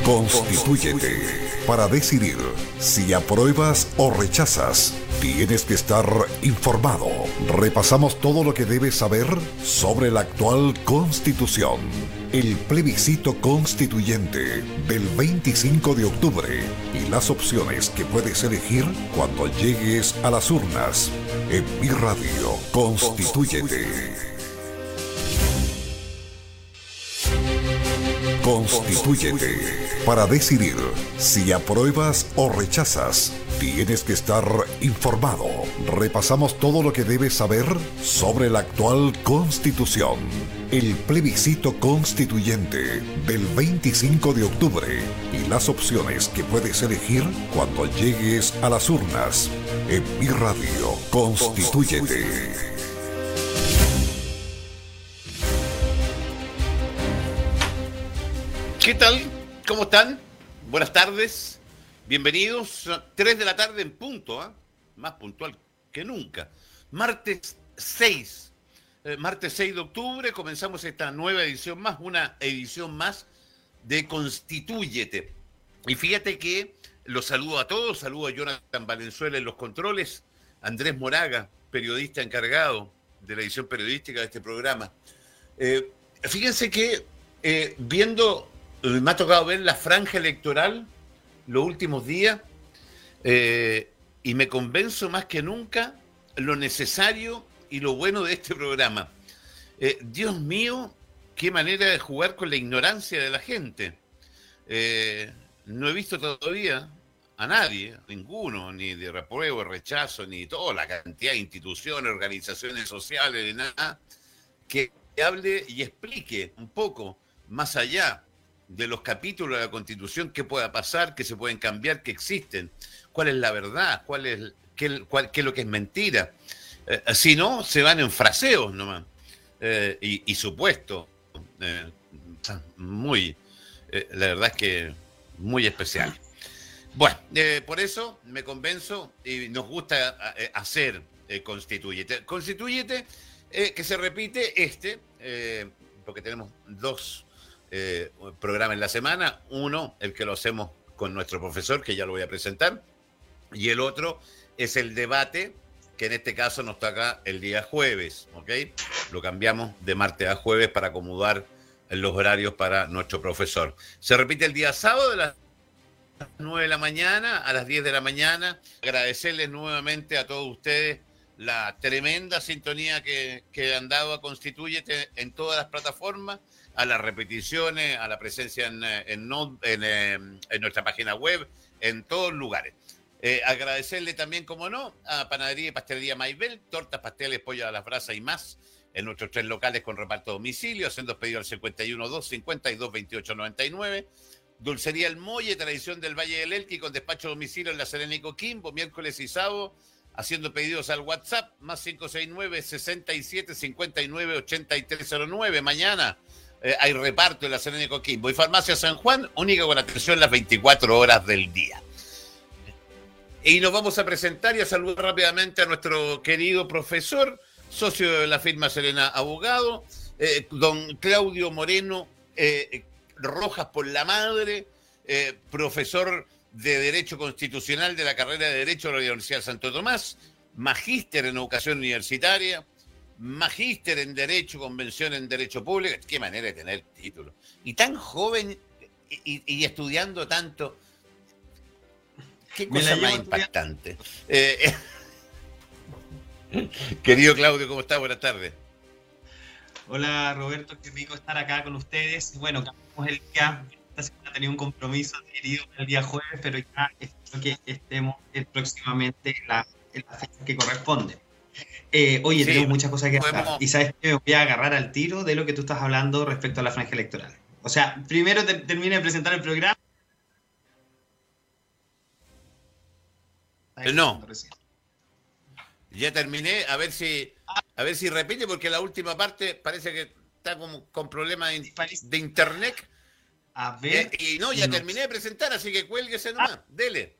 Constitúyete para decidir si apruebas o rechazas. Tienes que estar informado. Repasamos todo lo que debes saber sobre la actual Constitución. El plebiscito constituyente del 25 de octubre y las opciones que puedes elegir cuando llegues a las urnas. En Mi Radio, Constitúyete. Constitúyete para decidir si apruebas o rechazas. Tienes que estar informado. Repasamos todo lo que debes saber sobre la actual Constitución. El plebiscito constituyente del 25 de octubre y las opciones que puedes elegir cuando llegues a las urnas. En Mi Radio, Constitúyete. ¿Qué tal? ¿Cómo están? Buenas tardes. Bienvenidos. 3 de la tarde en punto, ¿eh? Más puntual que nunca. Martes 6 de octubre comenzamos esta nueva edición más, una edición más de Constitúyete. Y fíjate que los saludo a todos, saludo a Jonathan Valenzuela en los controles, Andrés Moraga, periodista encargado de la edición periodística de este programa. Fíjense que me ha tocado ver la franja electoral los últimos días y me convenzo más que nunca lo necesario y lo bueno de este programa. Dios mío, qué manera de jugar con la ignorancia de la gente. No he visto todavía a nadie, ninguno, ni de repruebo, rechazo, ni toda la cantidad de instituciones, organizaciones sociales, de nada, que hable y explique un poco más allá de los capítulos de la Constitución, qué pueda pasar, qué se pueden cambiar, qué existen, cuál es la verdad, qué es lo que es mentira. Si no, se van en fraseos nomás. Y supuesto, la verdad es que muy especial. Bueno, por eso me convenzo y nos gusta hacer Constitúyete. Constitúyete, que se repite porque tenemos dos programa en la semana, uno, el que lo hacemos con nuestro profesor, que ya lo voy a presentar, y el otro es el debate, que en este caso nos toca el día jueves, ¿ok? Lo cambiamos de martes a jueves para acomodar los horarios para nuestro profesor. Se repite el día sábado de las 9 de la mañana a las 10 de la mañana. Agradecerles nuevamente a todos ustedes la tremenda sintonía que han dado a Constitúyete en todas las plataformas, a las repeticiones, a la presencia en nuestra página web, en todos lugares. Agradecerle también, como no, a Panadería y Pastelería Maibel, tortas, pasteles, pollo a las brasas y más, en nuestros 3 locales con reparto a domicilio, haciendo pedidos al 51-252-2899. Dulcería El Molle, tradición del Valle del Elqui, con despacho a domicilio en La Serena y Coquimbo, miércoles y sábado, haciendo pedidos al WhatsApp, más 569-67-59-8309. Mañana hay reparto en La Serena y Coquimbo. Y Farmacia San Juan, única con atención las 24 horas del día. Y nos vamos a presentar y a saludar rápidamente a nuestro querido profesor, socio de la firma Serena Abogado, don Claudio Moreno Rojas por la madre, profesor de Derecho Constitucional de la carrera de Derecho de la Universidad de Santo Tomás, magíster en Educación Universitaria, magíster en Derecho, convención en Derecho Público. Qué manera de tener título. Y tan joven y estudiando tanto. Qué cosa más impactante. Querido Claudio, ¿cómo estás? Buenas tardes. Hola Roberto, qué rico estar acá con ustedes. Bueno, cambiamos el día. Esta semana tenía un compromiso adquirido el día jueves, pero ya espero que estemos próximamente en la fecha que corresponde. Oye, sí, tenemos muchas cosas que hablar. Y sabes que me voy a agarrar al tiro de lo que tú estás hablando respecto a la franja electoral. O sea, primero termine de presentar el programa. No. Ya terminé, a ver si repite, porque la última parte parece que está como con problemas de internet. A ver. Y no, ya terminé de presentar, así que cuélguese nomás. Dele.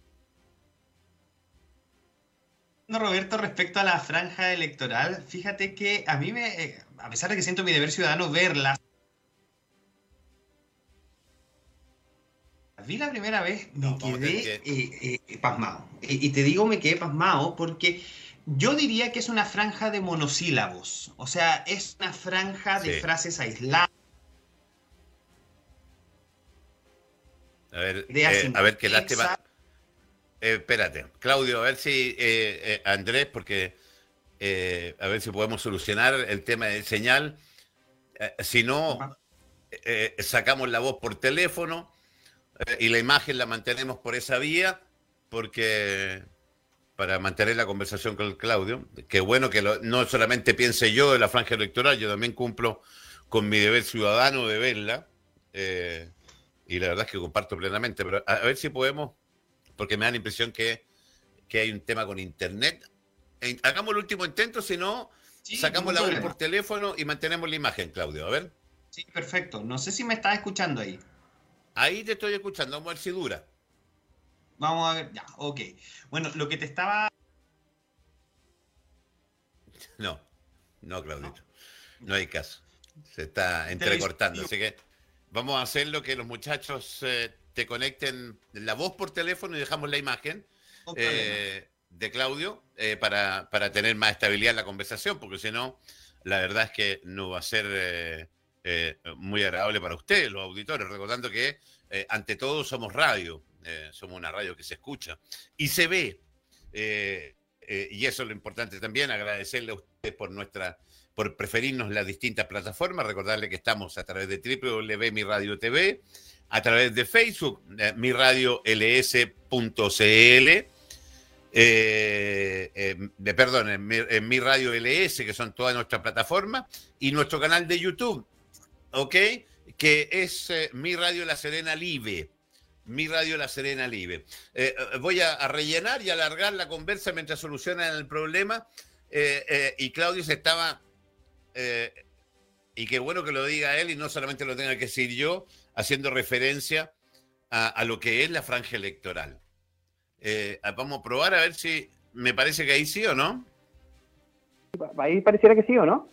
No, Roberto, respecto a la franja electoral, fíjate que a mí a pesar de que siento mi deber ciudadano verla, vi la primera vez, me No, vamos a tener quedé que... pasmado. Y te digo, me quedé pasmado porque yo diría que es una franja de monosílabos. O sea, es una franja de Sí. frases aisladas, ideas A ver qué lástima. inconexas. Espérate, Claudio, a ver si Andrés, porque a ver si podemos solucionar el tema de señal. Si no, sacamos la voz por teléfono y la imagen la mantenemos por esa vía, porque para mantener la conversación con el Claudio, que bueno que no solamente piense yo en la franja electoral, yo también cumplo con mi deber ciudadano de verla, y la verdad es que comparto plenamente, pero a ver si podemos, porque me da la impresión que hay un tema con internet. Hagamos el último intento, si no, Sí, sacamos ningún la voz problema. por teléfono y mantenemos la imagen, Claudio. A ver, Sí, perfecto. No sé si me estás escuchando ahí. ahí te estoy escuchando, vamos a ver si dura. Vamos a ver, ya, ok. Bueno, lo que te estaba... No, no, ¿No? Claudito, no hay caso. Se está entrecortando, Televisión, así que vamos a hacer lo que los muchachos te conecten la voz por teléfono y dejamos la imagen no problema. de Claudio para tener más estabilidad en la conversación, porque si no, la verdad es que no va a ser muy agradable para ustedes, los auditores, recordando que ante todo somos radio, somos una radio que se escucha y se ve. Y eso es lo importante también, agradecerle a ustedes por preferirnos las distintas plataformas, recordarle que estamos a través de www.miradiotv, a través de Facebook, miradiolS.cl, perdón, en Mi Radio LS, que son todas nuestras plataformas, y nuestro canal de YouTube, ¿ok? Que es Mi Radio La Serena Live. Mi Radio La Serena Live. Voy a rellenar y alargar la conversa mientras solucionan el problema. Y Claudio se estaba, y qué bueno que lo diga él y no solamente lo tenga que decir yo, haciendo referencia a lo que es la franja electoral. Vamos a probar a ver si me parece que ahí sí o no. Ahí pareciera que sí, ¿o no?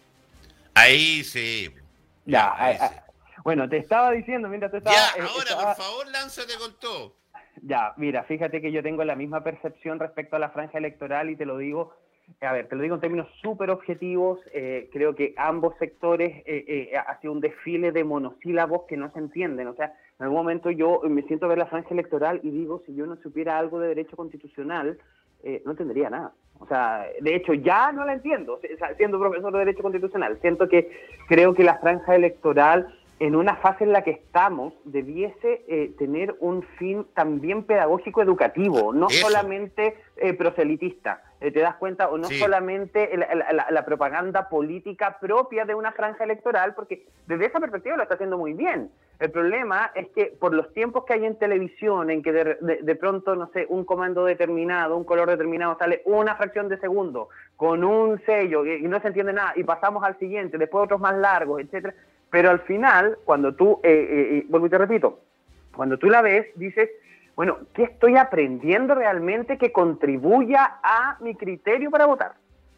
Ahí sí. Ya, Ahí sí. bueno, te estaba diciendo mientras tú estabas... Ya, ahora, por favor, lánzate con todo. Ya, mira, fíjate que yo tengo la misma percepción respecto a la franja electoral y te lo digo, a ver, te lo digo en términos súper objetivos, creo que ambos sectores ha sido un desfile de monosílabos que no se entienden, o sea, en algún momento yo me siento a ver la franja electoral y digo, si yo no supiera algo de derecho constitucional, no entendería nada. O sea, de hecho, ya no la entiendo, o sea, siendo profesor de Derecho Constitucional. Creo que la franja electoral, en una fase en la que estamos, debiese tener un fin también pedagógico educativo, no Eso. solamente proselitista. ¿Te das cuenta? O no Sí. solamente la propaganda política propia de una franja electoral, porque desde esa perspectiva lo está haciendo muy bien. El problema es que por los tiempos que hay en televisión, en que de pronto, no sé, un comando determinado, un color determinado, sale una fracción de segundo con un sello y no se entiende nada, y pasamos al siguiente, después otros más largos, etcétera. Pero al final, cuando tú, vuelvo y te repito, cuando tú la ves, dices, bueno, ¿qué estoy aprendiendo realmente que contribuya a mi criterio para votar?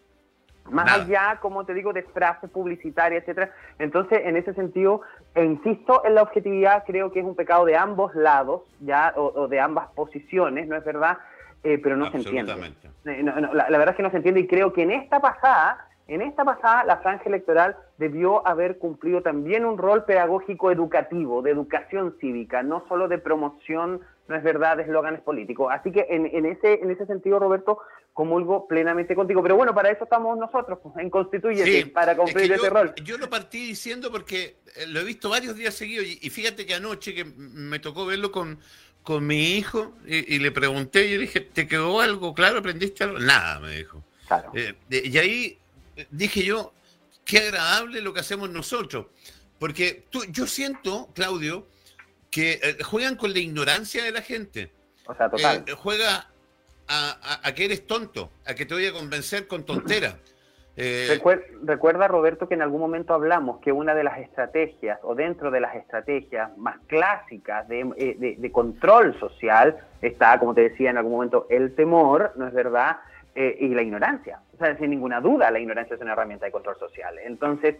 Más Nada. allá, como te digo, de frases publicitarias, etcétera. Entonces, en ese sentido, insisto en la objetividad, creo que es un pecado de ambos lados, ya, o de ambas posiciones, ¿no es verdad? Pero no se entiende. Absolutamente. La verdad es que no se entiende, y creo que en esta pasada la franja electoral debió haber cumplido también un rol pedagógico educativo, de educación cívica, no solo de promoción, no es verdad, de eslóganes políticos. Así que en ese sentido, Roberto, comulgo plenamente contigo. Pero bueno, para eso estamos nosotros, pues, en Constitúyete, Sí, para cumplir ese rol. yo lo partí diciendo porque lo he visto varios días seguidos y fíjate que anoche que me tocó verlo con mi hijo y le pregunté, yo dije, ¿te quedó algo claro? ¿Aprendiste algo? Nada, me dijo. Claro. Y ahí dije yo, qué agradable lo que hacemos nosotros, porque yo siento, Claudio, que juegan con la ignorancia de la gente. O sea, total. Juega a que eres tonto, a que te voy a convencer con tonteras. Recuerda, Roberto, que en algún momento hablamos que una de las estrategias, o dentro de las estrategias más clásicas de control social, está, como te decía en algún momento, el temor, ¿no es verdad? y la ignorancia. O sea, sin ninguna duda, la ignorancia es una herramienta de control social. Entonces,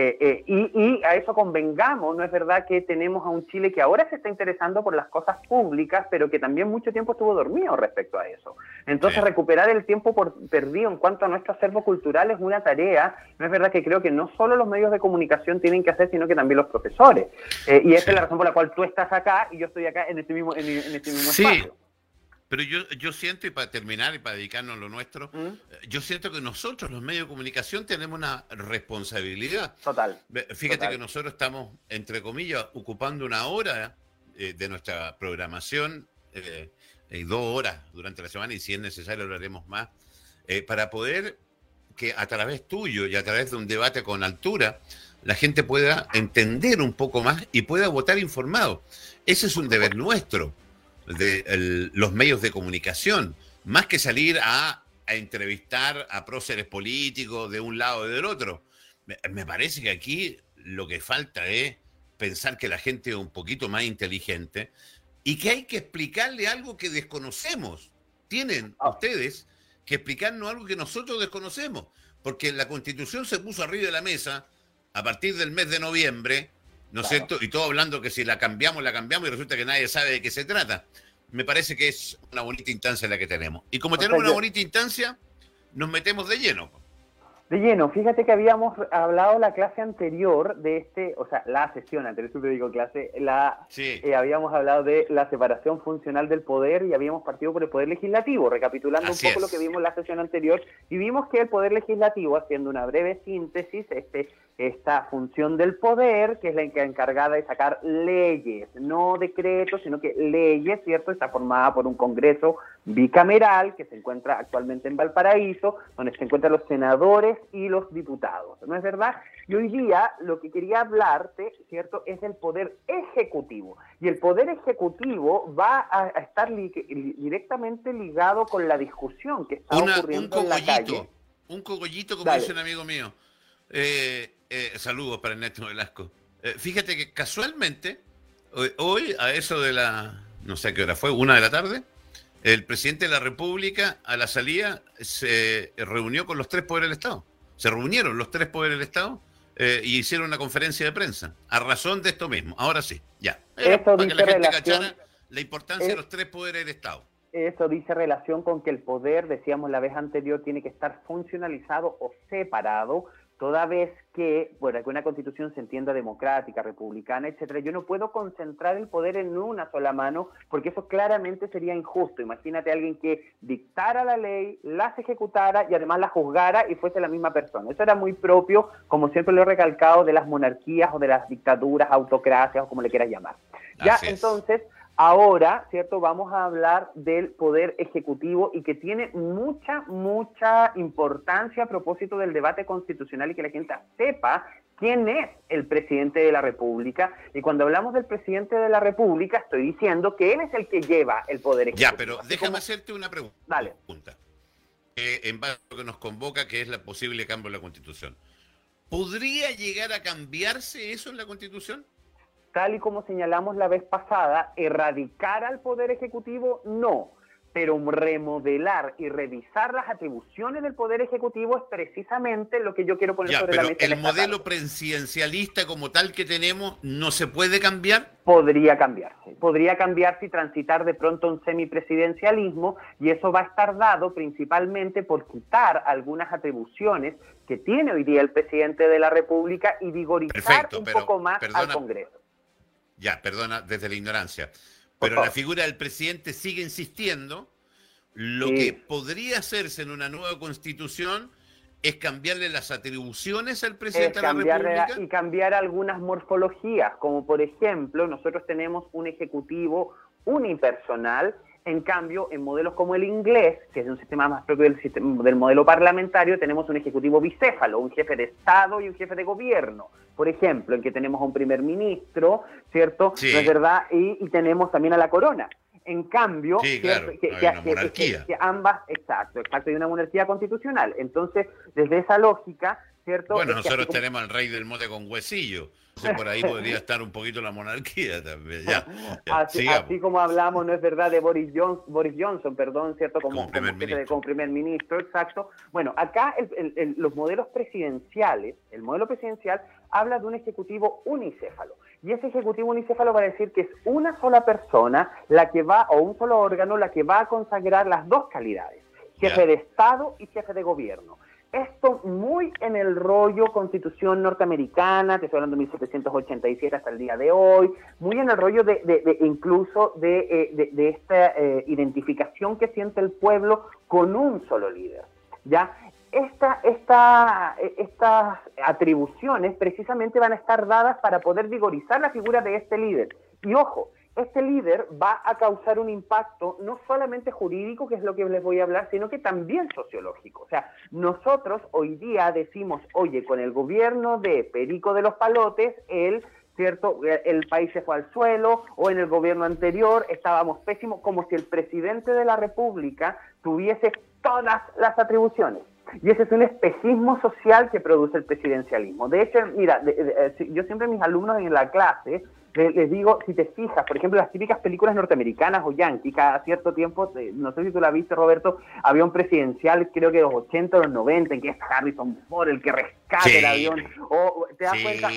y a eso convengamos, ¿no es verdad que tenemos a un Chile que ahora se está interesando por las cosas públicas, pero que también mucho tiempo estuvo dormido respecto a eso? Entonces, recuperar el tiempo perdido en cuanto a nuestro acervo cultural es una tarea, ¿no es verdad que creo que no solo los medios de comunicación tienen que hacer, sino que también los profesores? Y esa es la razón por la cual tú estás acá y yo estoy acá en este mismo espacio. Pero yo siento, y para terminar y para dedicarnos a lo nuestro, yo siento que nosotros, los medios de comunicación, tenemos una responsabilidad. Total. Fíjate que nosotros estamos, entre comillas, ocupando una hora de nuestra programación, 2 horas durante la semana, y si es necesario lo haremos más, para poder que a través tuyo y a través de un debate con altura, la gente pueda entender un poco más y pueda votar informado. Ese es un deber nuestro, de los medios de comunicación, más que salir a entrevistar a próceres políticos de un lado o del otro. Me parece que aquí lo que falta es pensar que la gente es un poquito más inteligente y que hay que explicarle algo que desconocemos. Tienen ustedes que explicarnos algo que nosotros desconocemos, porque la Constitución se puso arriba de la mesa a partir del mes de noviembre, ¿no es cierto? Y todo hablando que si la cambiamos, y resulta que nadie sabe de qué se trata. Me parece que es una bonita instancia la que tenemos. Y como tenemos una bonita instancia, nos metemos de lleno. De lleno, fíjate que habíamos hablado la clase anterior de la sesión anterior, siempre digo clase, habíamos hablado de la separación funcional del poder y habíamos partido por el poder legislativo, recapitulando un poco lo que vimos en la sesión anterior, y vimos que el poder legislativo, haciendo una breve síntesis, esta función del poder, que es la encargada de sacar leyes, no decretos, sino que leyes, ¿cierto? Está formada por un Congreso bicameral que se encuentra actualmente en Valparaíso, donde se encuentran los senadores y los diputados, ¿no es verdad? Y hoy día lo que quería hablarte, ¿cierto?, es del poder ejecutivo. Y el poder ejecutivo va a estar directamente ligado con la discusión que está ocurriendo en la calle. Un cogollito, como dice un amigo mío. Saludos para Ernesto Velasco. Fíjate que casualmente, hoy a eso de no sé qué hora fue, 1 de la tarde, el presidente de la República a la salida se reunió con los 3 poderes del Estado. Se reunieron los 3 poderes del Estado y hicieron una conferencia de prensa a razón de esto mismo. Ahora sí, ya. Para que la gente cachara la importancia de los 3 poderes del Estado. Eso dice relación con que el poder, decíamos la vez anterior, tiene que estar funcionalizado o separado, toda vez que, bueno, que una constitución se entienda democrática, republicana, etcétera, yo no puedo concentrar el poder en una sola mano, porque eso claramente sería injusto. Imagínate a alguien que dictara la ley, las ejecutara y además la juzgara y fuese la misma persona. Eso era muy propio, como siempre lo he recalcado, de las monarquías o de las dictaduras, autocracias o como le quieras llamar. Ya, entonces, ahora, ¿cierto?, vamos a hablar del poder ejecutivo y que tiene mucha importancia a propósito del debate constitucional y que la gente sepa quién es el presidente de la República. Y cuando hablamos del presidente de la República, estoy diciendo que él es el que lleva el poder ejecutivo. Ya, pero déjame hacerte una pregunta. Dale. En base a lo que nos convoca, que es el posible cambio de la Constitución. ¿Podría llegar a cambiarse eso en la Constitución? Tal y como señalamos la vez pasada, erradicar al Poder Ejecutivo, no, pero remodelar y revisar las atribuciones del Poder Ejecutivo es precisamente lo que yo quiero poner sobre la mesa. ¿El modelo presidencialista como tal que tenemos no se puede cambiar? Podría cambiarse y transitar de pronto a un semipresidencialismo, y eso va a estar dado principalmente por quitar algunas atribuciones que tiene hoy día el presidente de la República y vigorizar poco más al Congreso. Ya, perdona, desde la ignorancia. Pero la figura del presidente sigue insistiendo. Lo que podría hacerse en una nueva constitución es cambiarle las atribuciones al presidente de la República. Y cambiar algunas morfologías, como por ejemplo, nosotros tenemos un ejecutivo unipersonal. En cambio, en modelos como el inglés, que es un sistema más propio del modelo parlamentario, tenemos un ejecutivo bicéfalo, un jefe de Estado y un jefe de gobierno. Por ejemplo, en que tenemos a un primer ministro, ¿cierto? Sí. ¿No es verdad? Y tenemos también a la corona. En cambio, claro, que ambas, exacto, y una monarquía constitucional. Entonces, desde esa lógica, ¿cierto? Bueno, Es que nosotros tenemos al rey del mote con huesillo. Entonces, por ahí podría estar un poquito la monarquía también. Ya, así como hablamos, no es verdad, de Boris Johnson, perdón, ¿cierto? Como primer ministro, exacto. Bueno, acá los modelos presidenciales, el modelo presidencial habla de un ejecutivo unicéfalo. Y ese ejecutivo unicéfalo va a decir que es una sola persona la que va, o un solo órgano, la que va a consagrar las dos calidades, jefe de Estado y jefe de gobierno. Esto muy en el rollo Constitución norteamericana, te estoy hablando de 1787 hasta el día de hoy, muy en el rollo incluso de esta identificación que siente el pueblo con un solo líder, ¿ya? Estas atribuciones precisamente van a estar dadas para poder vigorizar la figura de este líder. Y ojo, este líder va a causar un impacto no solamente jurídico, que es lo que les voy a hablar, sino que también sociológico. O sea, nosotros hoy día decimos, oye, con el gobierno de Perico de los Palotes, ¿cierto? El país se fue al suelo, o en el gobierno anterior estábamos pésimos, como si el presidente de la República tuviese todas las atribuciones. Y ese es un espejismo social que produce el presidencialismo. De hecho, mira, yo siempre a mis alumnos en la clase les digo, si te fijas, por ejemplo, las típicas películas norteamericanas o yanqui, cada cierto tiempo, no sé si tú la viste, Roberto, había un presidencial, creo que de los 80 o los 90, en que es Harrison Ford el que rescata el avión, o te das cuenta,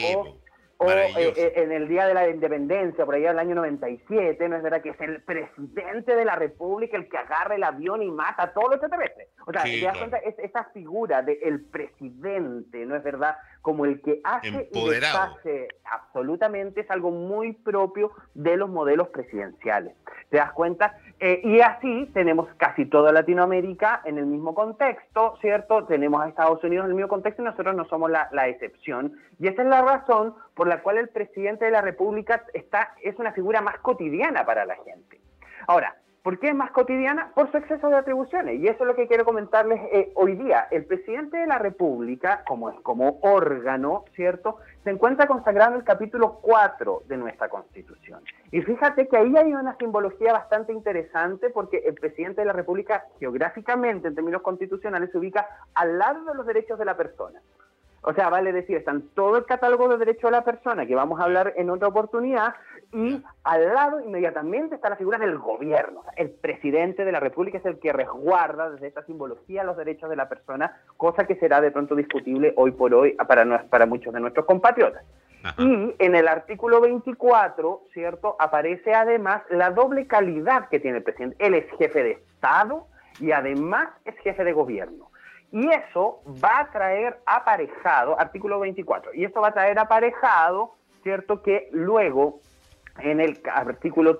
o en el Día de la Independencia, por allá del año 97, ¿no es verdad? Que es el presidente de la República el que agarra el avión y mata a todos los extraterrestres. O sea, te das cuenta, esa figura del presidente, ¿no es verdad? Como el que hace empoderado. Y deshace absolutamente, es algo muy propio de los modelos presidenciales. ¿Te das cuenta? Y así tenemos casi toda Latinoamérica en el mismo contexto, ¿cierto? Tenemos a Estados Unidos en el mismo contexto y nosotros no somos la excepción. Y esa es la razón por la cual el presidente de la República es una figura más cotidiana para la gente. Ahora, ¿por qué es más cotidiana? Por su exceso de atribuciones. Y eso es lo que quiero comentarles hoy día. El presidente de la República, como órgano, ¿cierto?, se encuentra consagrado en el capítulo 4 de nuestra Constitución. Y fíjate que ahí hay una simbología bastante interesante porque el presidente de la República, geográficamente, en términos constitucionales, se ubica al lado de los derechos de la persona. O sea, vale decir, están todo el catálogo de derechos de la persona, que vamos a hablar en otra oportunidad, y al lado inmediatamente está la figura del gobierno. O sea, el presidente de la República es el que resguarda desde esta simbología los derechos de la persona, cosa que será de pronto discutible hoy por hoy para muchos de nuestros compatriotas. Ajá. Y en el artículo 24, ¿cierto?, aparece además la doble calidad que tiene el presidente. Él es jefe de Estado y además es jefe de gobierno. Y eso va a traer aparejado, artículo 24, y eso va a traer aparejado, ¿cierto?, que luego en el artículo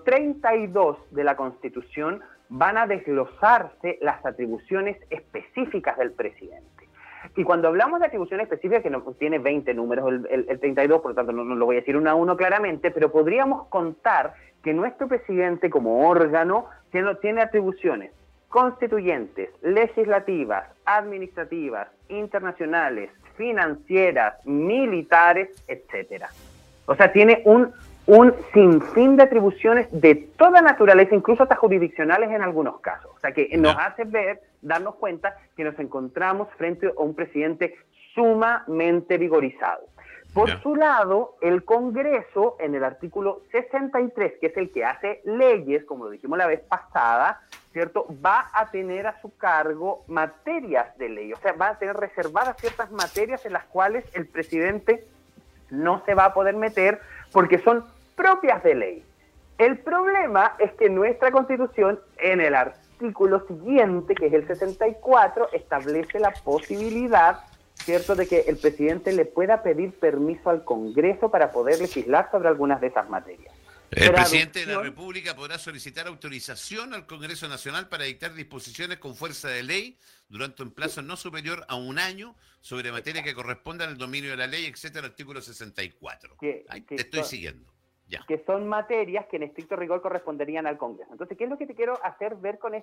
32 de la Constitución van a desglosarse las atribuciones específicas del presidente. Y cuando hablamos de atribuciones específicas, que no tiene 20 números el 32, por lo tanto no lo voy a decir uno a uno claramente, pero podríamos contar que nuestro presidente como órgano tiene atribuciones constituyentes, legislativas, administrativas, internacionales, financieras, militares, etcétera. O sea, tiene un sinfín de atribuciones de toda naturaleza, incluso hasta jurisdiccionales en algunos casos. O sea, que nos hace darnos cuenta que nos encontramos frente a un presidente sumamente vigorizado. Por su lado, el Congreso, en el artículo 63, que es el que hace leyes, como lo dijimos la vez pasada, ¿cierto?, va a tener a su cargo materias de ley. O sea, va a tener reservadas ciertas materias en las cuales el presidente no se va a poder meter porque son propias de ley. El problema es que nuestra Constitución, en el artículo siguiente, que es el 64, establece la posibilidad, ¿cierto?, de que el presidente le pueda pedir permiso al Congreso para poder legislar sobre algunas de esas materias. El presidente de la República podrá solicitar autorización al Congreso Nacional para dictar disposiciones con fuerza de ley durante un plazo no superior a un año sobre materia que correspondan al dominio de la ley, etcétera, artículo 64. Te estoy siguiendo. Ya. Que son materias que en estricto rigor corresponderían al Congreso. Entonces, ¿qué es lo que te quiero hacer ver con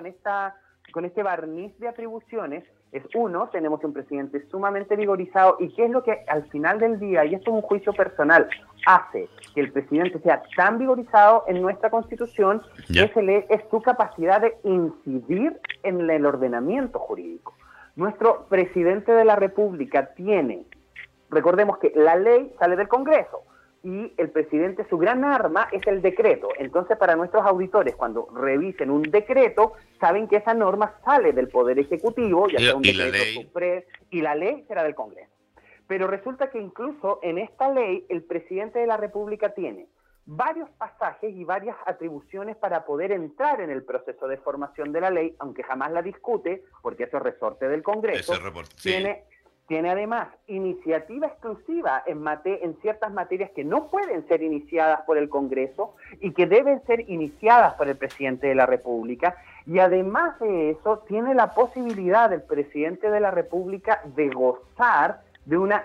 este barniz de atribuciones? Es uno, tenemos un presidente sumamente vigorizado, y qué es lo que al final del día, y esto es un juicio personal, hace que el presidente sea tan vigorizado en nuestra Constitución, es su capacidad de incidir en el ordenamiento jurídico. Nuestro presidente de la República tiene, recordemos que la ley sale del Congreso y el presidente, su gran arma es el decreto. Entonces, para nuestros auditores, cuando revisen un decreto, saben que esa norma sale del Poder Ejecutivo, ya sea un decreto supremo, y la ley será del Congreso. Pero resulta que incluso en esta ley el presidente de la República tiene varios pasajes y varias atribuciones para poder entrar en el proceso de formación de la ley, aunque jamás la discute, porque eso es resorte del Congreso. Tiene además iniciativa exclusiva en ciertas materias que no pueden ser iniciadas por el Congreso y que deben ser iniciadas por el presidente de la República. Y además de eso, tiene la posibilidad el presidente de la República de gozar de una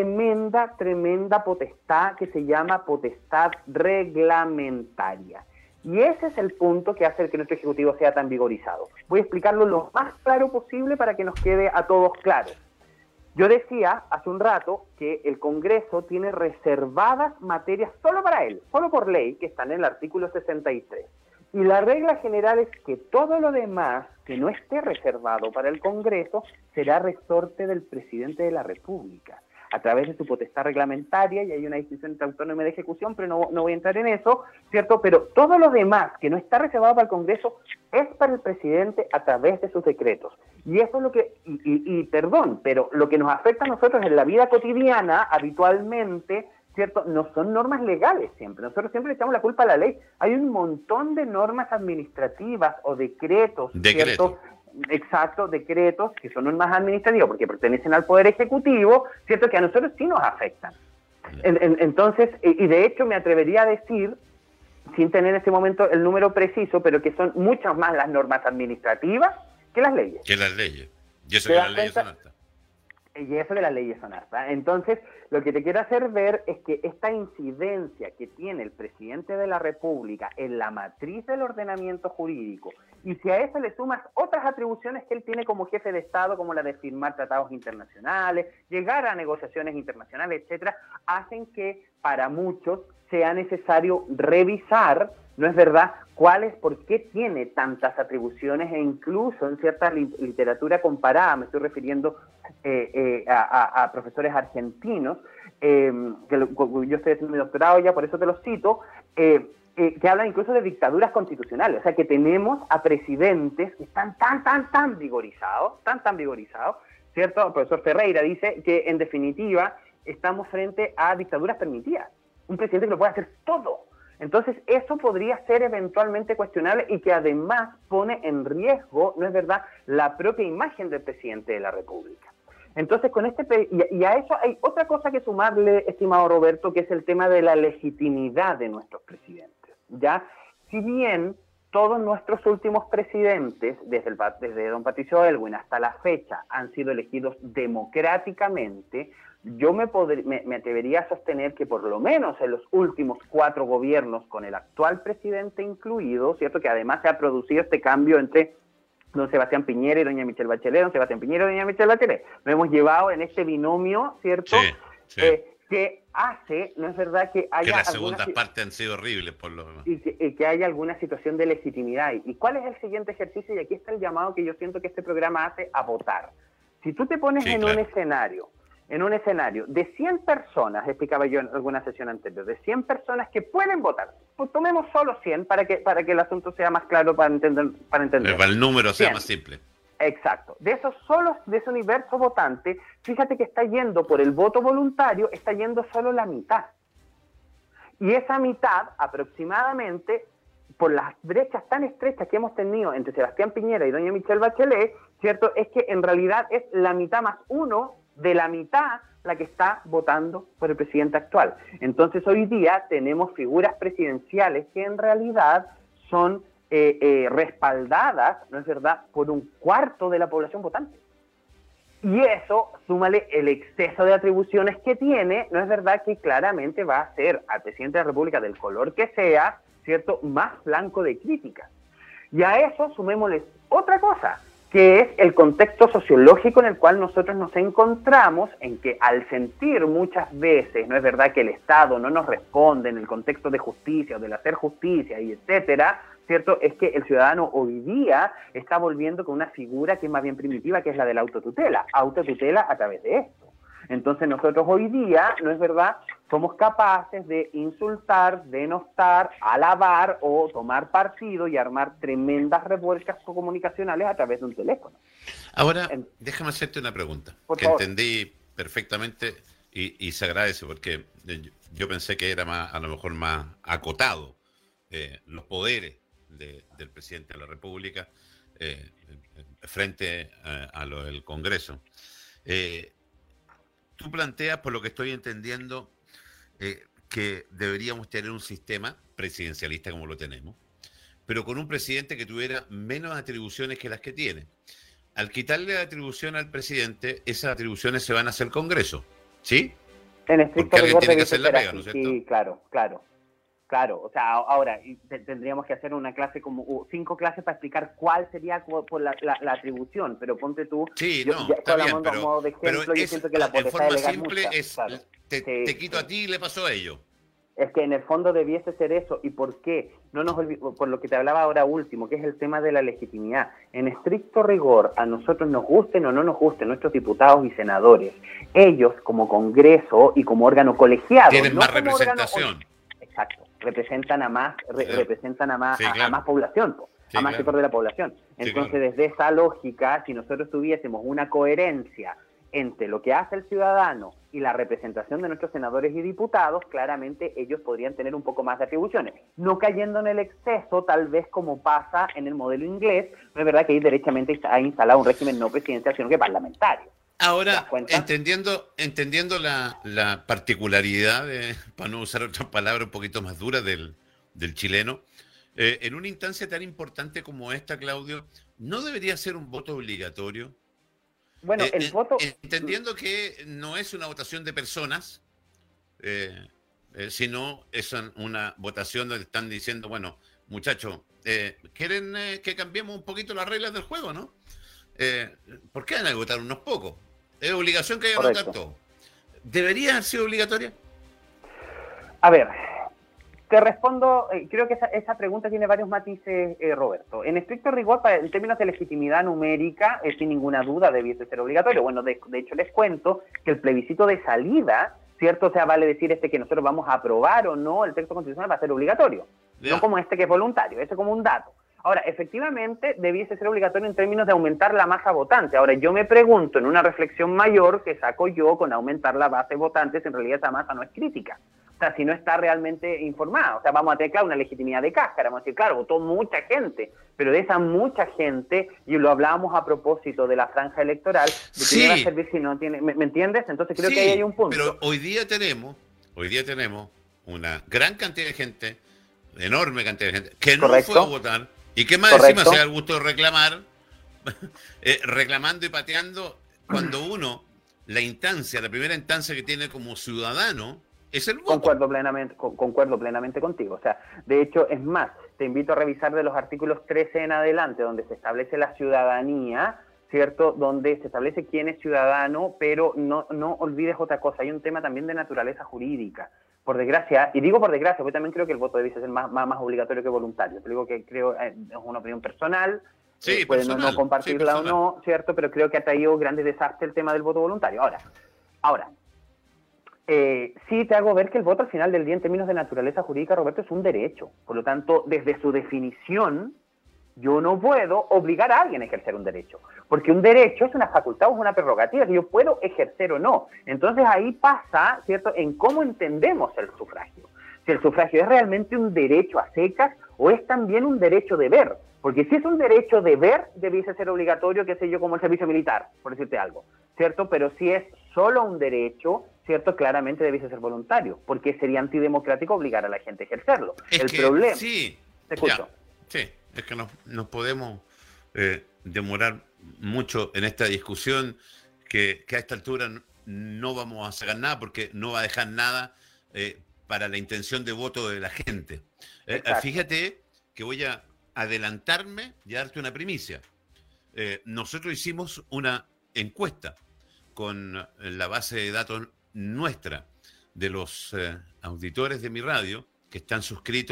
tremenda potestad que se llama potestad reglamentaria. Y ese es el punto que hace que nuestro Ejecutivo sea tan vigorizado. Voy a explicarlo lo más claro posible para que nos quede a todos claro. Yo decía hace un rato que el Congreso tiene reservadas materias solo para él, solo por ley, que están en el artículo 63. Y la regla general es que todo lo demás que no esté reservado para el Congreso será resorte del presidente de la República, a través de su potestad reglamentaria, y hay una distinción entre autónoma y de ejecución, pero no voy a entrar en eso, ¿cierto? Pero todo lo demás que no está reservado para el Congreso es para el presidente a través de sus decretos. Y eso es lo que, pero lo que nos afecta a nosotros en la vida cotidiana, habitualmente, ¿cierto? No son normas legales siempre. Nosotros siempre le echamos la culpa a la ley. Hay un montón de normas administrativas o decretos, ¿cierto? Exacto, decretos que son normas administrativas porque pertenecen al Poder Ejecutivo, ¿cierto? Que a nosotros sí nos afectan. Entonces, y de hecho me atrevería a decir, sin tener en este momento el número preciso, pero que son muchas más las normas administrativas que las leyes. Y eso que las leyes son altas. Y eso de las leyes son altas. Entonces, lo que te quiero hacer ver es que esta incidencia que tiene el presidente de la República en la matriz del ordenamiento jurídico, y si a eso le sumas otras atribuciones que él tiene como jefe de Estado, como la de firmar tratados internacionales, llegar a negociaciones internacionales, etcétera, hacen que para muchos sea necesario revisar, ¿no es verdad?, por qué tiene tantas atribuciones, e incluso en cierta literatura comparada, me estoy refiriendo a profesores argentinos, yo estoy haciendo mi doctorado ya, por eso te lo cito, que hablan incluso de dictaduras constitucionales, o sea que tenemos a presidentes que están tan vigorizados, ¿cierto? El profesor Ferreira dice que en definitiva estamos frente a dictaduras permitidas, un presidente que lo puede hacer todo. Entonces, eso podría ser eventualmente cuestionable y que además pone en riesgo, ¿no es verdad?, la propia imagen del presidente de la República. Entonces, y a eso hay otra cosa que sumarle, estimado Roberto, que es el tema de la legitimidad de nuestros presidentes, ¿ya? Si bien todos nuestros últimos presidentes, desde don Patricio Aylwin hasta la fecha, han sido elegidos democráticamente, yo me atrevería a sostener que por lo menos en los últimos 4 gobiernos, con el actual presidente incluido, ¿cierto?, que además se ha producido este cambio entre don Sebastián Piñera y doña Michelle Bachelet, don Sebastián Piñera y doña Michelle Bachelet. Lo hemos llevado en este binomio, ¿cierto?, Sí. Que hace, ¿no es verdad?, que haya... Que las segundas partes han sido horribles, por lo demás. Y que haya alguna situación de legitimidad. ¿Y cuál es el siguiente ejercicio? Y aquí está el llamado que yo siento que este programa hace a votar. Si tú te pones en un escenario de 100 personas, explicaba yo en alguna sesión anterior, de 100 personas que pueden votar, pues tomemos solo 100 para que el asunto sea más claro para entender. Para el número sea más simple. Exacto. De ese universo votante, fíjate que está yendo por el voto voluntario, está yendo solo la mitad. Y esa mitad, aproximadamente, por las brechas tan estrechas que hemos tenido entre Sebastián Piñera y doña Michelle Bachelet, ¿cierto?, es que en realidad es la mitad más uno de la mitad la que está votando por el presidente actual. Entonces hoy día tenemos figuras presidenciales que en realidad son respaldadas, ¿no es verdad?, por un cuarto de la población votante. Y eso, súmale el exceso de atribuciones que tiene, ¿no es verdad?, que claramente va a hacer al presidente de la República, del color que sea, ¿cierto?, más blanco de críticas. Y a eso sumémosles otra cosa, que es el contexto sociológico en el cual nosotros nos encontramos, en que al sentir muchas veces, no es verdad, que el Estado no nos responde en el contexto de justicia o del hacer justicia y etcétera, ¿cierto? Es que el ciudadano hoy día está volviendo con una figura que es más bien primitiva, que es la de la autotutela a través de esto. Entonces nosotros hoy día, ¿no es verdad?, somos capaces de insultar, denostar, alabar o tomar partido y armar tremendas revueltas comunicacionales a través de un teléfono. Ahora, déjame hacerte una pregunta, que entendí perfectamente y se agradece, porque yo pensé que era más, a lo mejor más acotado los poderes del presidente de la República frente a lo del Congreso. Tú planteas, por lo que estoy entendiendo, que deberíamos tener un sistema presidencialista como lo tenemos, pero con un presidente que tuviera menos atribuciones que las que tiene. Al quitarle la atribución al presidente, esas atribuciones se van hacer el Congreso, ¿sí? En estricto porque alguien rigor tiene que hacer la pega, ¿no es cierto? Sí, claro. O sea, ahora tendríamos que hacer una clase como 5 clases para explicar cuál sería por la atribución, pero ponte tú. Sí, yo, no, ya, está bien, modo de ejemplo, pero yo siento que la en forma delegar simple mucho, es, claro. te quito a ti y le pasó a ellos. Es que en el fondo debiese ser eso. ¿Y por qué? No nos olvidemos, por lo que te hablaba ahora último, que es el tema de la legitimidad. En estricto rigor, a nosotros nos gusten o no nos gusten nuestros diputados y senadores, ellos como Congreso y como órgano colegiado... Tienen no más como representación. Exacto. Representan a más, sí, a más población, sí, a más sector de la población. Entonces, desde esa lógica, si nosotros tuviésemos una coherencia entre lo que hace el ciudadano y la representación de nuestros senadores y diputados, claramente ellos podrían tener un poco más de atribuciones, no cayendo en el exceso, tal vez como pasa en el modelo inglés. No es verdad que ahí derechamente ha instalado un régimen no presidencial, sino que parlamentario. Ahora, entendiendo la particularidad, para no usar otra palabra un poquito más dura del chileno, en una instancia tan importante como esta, Claudio, ¿no debería ser un voto obligatorio? Bueno, el voto... Entendiendo que no es una votación de personas, sino es una votación donde están diciendo, bueno, muchachos, quieren que cambiemos un poquito las reglas del juego, ¿no? ¿Por qué van a votar unos pocos? Es obligación que haya votar todos. ¿Debería haber sido obligatoria? A ver, te respondo, creo que esa pregunta tiene varios matices, Roberto. En estricto rigor, en términos de legitimidad numérica, sin ninguna duda debiese ser obligatorio. Bueno, de hecho les cuento que el plebiscito de salida, ¿cierto? O sea, vale decir que nosotros vamos a aprobar o no el texto constitucional, va a ser obligatorio. No como que es voluntario, eso como un dato. Ahora, efectivamente, debiese ser obligatorio en términos de aumentar la masa votante. Ahora, yo me pregunto, en una reflexión mayor que saco yo con aumentar la base votante, si en realidad esa masa no es crítica. O sea, si no está realmente informada. O sea, vamos a tener, claro, una legitimidad de cáscara. Vamos a decir, claro, votó mucha gente, pero de esa mucha gente, y lo hablábamos a propósito de la franja electoral, de que va a servir si no tiene... ¿Me entiendes? Entonces creo que ahí hay un punto. Pero hoy día tenemos una gran cantidad de gente, enorme cantidad de gente, que no fue a votar. Y qué más encima se da el gusto de reclamar, reclamando y pateando, cuando uno, la primera instancia que tiene como ciudadano, es el voto. Concuerdo plenamente contigo. O sea, de hecho, es más, te invito a revisar de los artículos 13 en adelante, donde se establece la ciudadanía, ¿cierto? Donde se establece quién es ciudadano, pero no olvides otra cosa, hay un tema también de naturaleza jurídica. Por desgracia, y digo por desgracia, porque también creo que el voto debe ser más obligatorio que voluntario. Te digo que creo, es una opinión personal, puede no compartirla o no, ¿cierto? Pero creo que ha traído grandes desastres el tema del voto voluntario. Ahora, sí te hago ver que el voto al final del día en términos de naturaleza jurídica, Roberto, es un derecho. Por lo tanto, desde su definición, yo no puedo obligar a alguien a ejercer un derecho, porque un derecho es una facultad o es una prerrogativa que yo puedo ejercer o no. Entonces ahí pasa, ¿cierto?, en cómo entendemos el sufragio. Si el sufragio es realmente un derecho a secas o es también un derecho deber. Porque si es un derecho deber, debiese ser obligatorio, qué sé yo, como el servicio militar, por decirte algo, ¿cierto? Pero si es solo un derecho, ¿cierto?, claramente debiese ser voluntario, porque sería antidemocrático obligar a la gente a ejercerlo. Problema... Sí, te escucho. Sí, es que nos podemos demorar mucho en esta discusión que a esta altura no vamos a sacar nada porque no va a dejar nada para la intención de voto de la gente. Fíjate que voy a adelantarme y darte una primicia. Nosotros hicimos una encuesta con la base de datos nuestra de los auditores de mi radio que están suscritos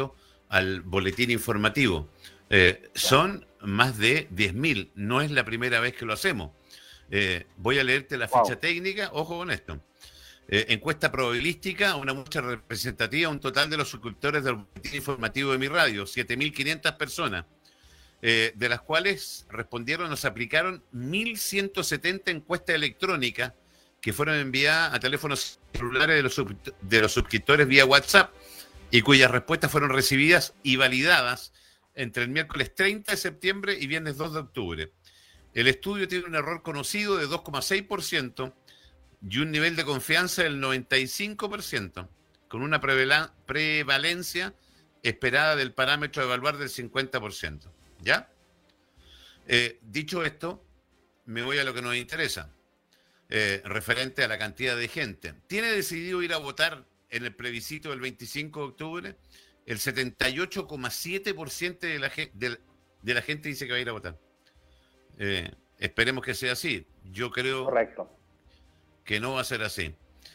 al boletín informativo. Son más de 10.000. No es la primera vez que lo hacemos. Voy a leerte la ficha técnica. Ojo con esto. Encuesta probabilística, una muestra representativa, un total de los suscriptores del boletín informativo de mi radio, 7.500 personas, de las cuales respondieron, nos aplicaron 1.170 encuestas electrónicas que fueron enviadas a teléfonos celulares de los suscriptores vía WhatsApp y cuyas respuestas fueron recibidas y validadas entre el miércoles 30 de septiembre y viernes 2 de octubre. El estudio tiene un error conocido de 2,6% y un nivel de confianza del 95%, con una prevalencia esperada del parámetro a evaluar del 50%. ¿Ya? Dicho esto, me voy a lo que nos interesa, referente a la cantidad de gente. ¿Tiene decidido ir a votar en el plebiscito del 25 de octubre? El 78,7% de la gente dice que va a ir a votar. Esperemos que sea así. Yo creo que no va a ser así.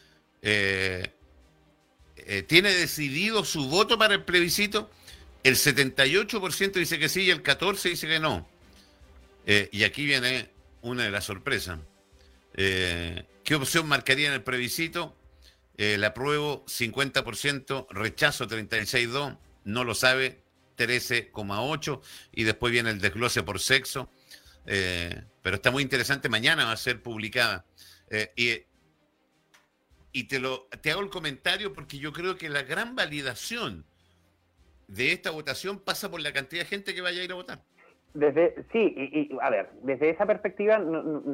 ¿Tiene decidido su voto para el plebiscito? El 78% dice que sí y el 14% dice que no. Y aquí viene una de las sorpresas. ¿Qué opción marcaría en el plebiscito? El apruebo 50%, rechazo 36,2%, no lo sabe 13,8%, y después viene el desglose por sexo. Pero está muy interesante, mañana va a ser publicada. Y te hago el comentario porque yo creo que la gran validación de esta votación pasa por la cantidad de gente que vaya a ir a votar. A ver, desde esa perspectiva no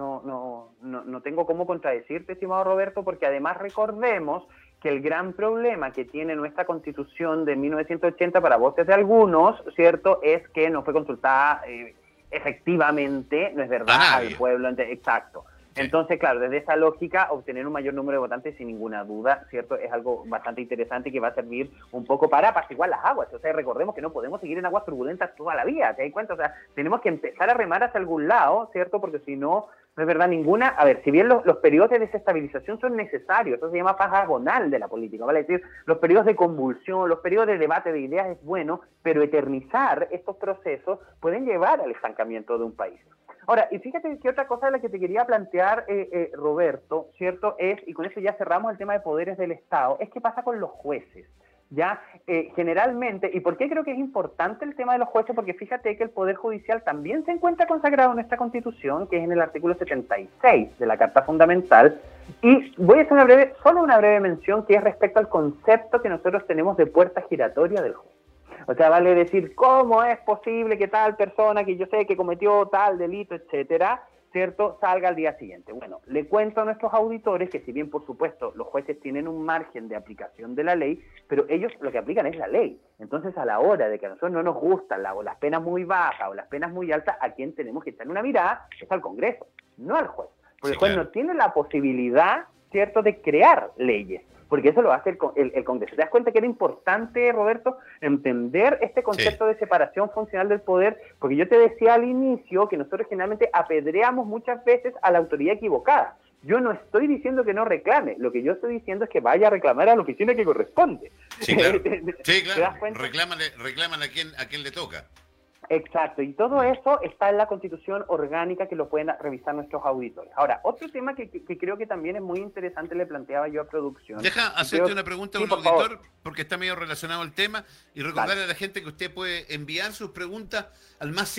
tengo cómo contradecirte, estimado Roberto, porque además recordemos que el gran problema que tiene nuestra Constitución de 1980 para voces de algunos, ¿cierto?, es que no fue consultada efectivamente, no es verdad, al pueblo. Exacto. Entonces, claro, desde esa lógica, obtener un mayor número de votantes, sin ninguna duda, ¿cierto?, es algo bastante interesante y que va a servir un poco para apaciguar las aguas. O sea, recordemos que no podemos seguir en aguas turbulentas toda la vida, ¿te das cuenta? O sea, tenemos que empezar a remar hacia algún lado, ¿cierto?, porque si no, no es verdad ninguna. A ver, si bien los periodos de desestabilización son necesarios, eso se llama fase agonal de la política, ¿vale? Es decir, los periodos de convulsión, los periodos de debate de ideas es bueno, pero eternizar estos procesos pueden llevar al estancamiento de un país. Ahora, y fíjate que otra cosa de la que te quería plantear, Roberto, ¿cierto?, es, y con eso ya cerramos el tema de poderes del Estado, es qué pasa con los jueces. Ya, generalmente, ¿y por qué creo que es importante el tema de los jueces? Porque fíjate que el Poder Judicial también se encuentra consagrado en nuestra Constitución, que es en el artículo 76 de la Carta Fundamental, y voy a hacer solo una breve mención, que es respecto al concepto que nosotros tenemos de puerta giratoria del juez. O sea, vale decir, ¿cómo es posible que tal persona que yo sé que cometió tal delito, etcétera, ¿cierto?, salga al día siguiente? Bueno, le cuento a nuestros auditores que si bien, por supuesto, los jueces tienen un margen de aplicación de la ley, pero ellos lo que aplican es la ley. Entonces, a la hora de que a nosotros no nos gustan o las penas muy bajas o las penas muy altas, ¿a quién tenemos que echar una mirada? Es al Congreso, no al juez. Porque el juez no tiene la posibilidad, ¿cierto?, de crear leyes, porque eso lo hace el Congreso. ¿Te das cuenta que era importante, Roberto, entender este concepto de separación funcional del poder? Porque yo te decía al inicio que nosotros generalmente apedreamos muchas veces a la autoridad equivocada. Yo no estoy diciendo que no reclame, lo que yo estoy diciendo es que vaya a reclamar a la oficina que corresponde. Sí, claro. Sí, claro. Reclaman a quien le toca. Exacto, y todo eso está en la Constitución orgánica que lo pueden revisar nuestros auditores. Ahora, otro tema que creo que también es muy interesante, le planteaba yo a producción. Deja hacerte una pregunta a un auditor, porque está medio relacionado al tema, y recordarle a la gente que usted puede enviar sus preguntas al más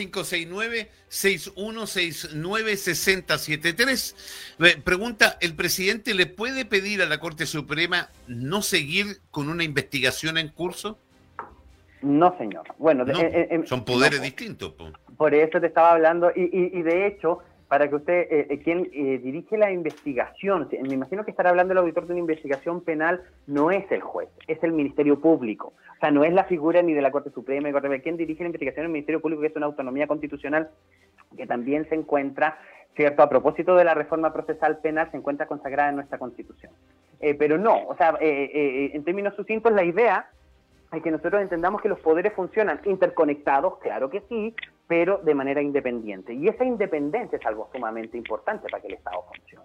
569-6169-6073. Pregunta, ¿el presidente le puede pedir a la Corte Suprema no seguir con una investigación en curso? No, señor. Bueno, no, son poderes distintos. Por eso te estaba hablando, y de hecho, para que usted, quien dirige la investigación, me imagino que estará hablando el auditor de una investigación penal, no es el juez, es el Ministerio Público. O sea, no es la figura ni de la Corte Suprema, quien dirige la investigación es el Ministerio Público, que es una autonomía constitucional que también se encuentra, ¿cierto?, a propósito de la reforma procesal penal, se encuentra consagrada en nuestra Constitución. Pero no, o sea, en términos sucintos, la idea es que nosotros entendamos que los poderes funcionan interconectados, claro que sí, pero de manera independiente. Y esa independencia es algo sumamente importante para que el Estado funcione.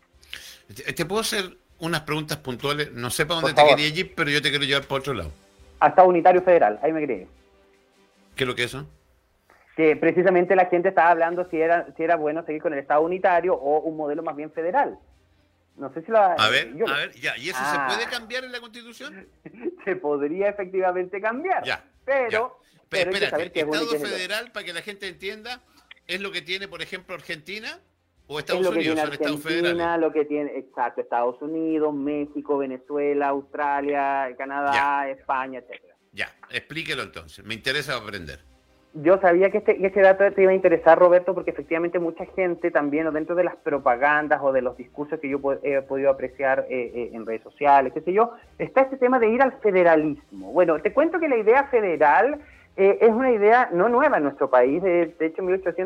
¿Te puedo hacer unas preguntas puntuales? No sé para dónde te quería ir, pero yo te quiero llevar para otro lado. a Estado unitario federal, ahí me creí. ¿Qué es lo que es eso? Que precisamente la gente estaba hablando si era bueno seguir con el Estado unitario o un modelo más bien federal. No sé si lo... A ver, ya. ¿Y eso se puede cambiar en la Constitución? Se podría efectivamente cambiar. Ya. Pero hay que saber Espérate, qué es bueno y Estado qué es federal, para que la gente entienda, ¿es lo que tiene, por ejemplo, Argentina o es Estados lo que Unidos? tiene Son estados Argentina, federales. lo que tiene, exacto, Estados Unidos, México, Venezuela, Australia, Canadá, España, etcétera. Ya, explíquelo entonces. Me interesa aprender. Yo sabía que este dato te iba a interesar, Roberto, porque efectivamente mucha gente también, o dentro de las propagandas o de los discursos que yo he podido apreciar en redes sociales, qué sé yo, está este tema de ir al federalismo. Bueno, te cuento que la idea federal es una idea no nueva en nuestro país. De hecho, en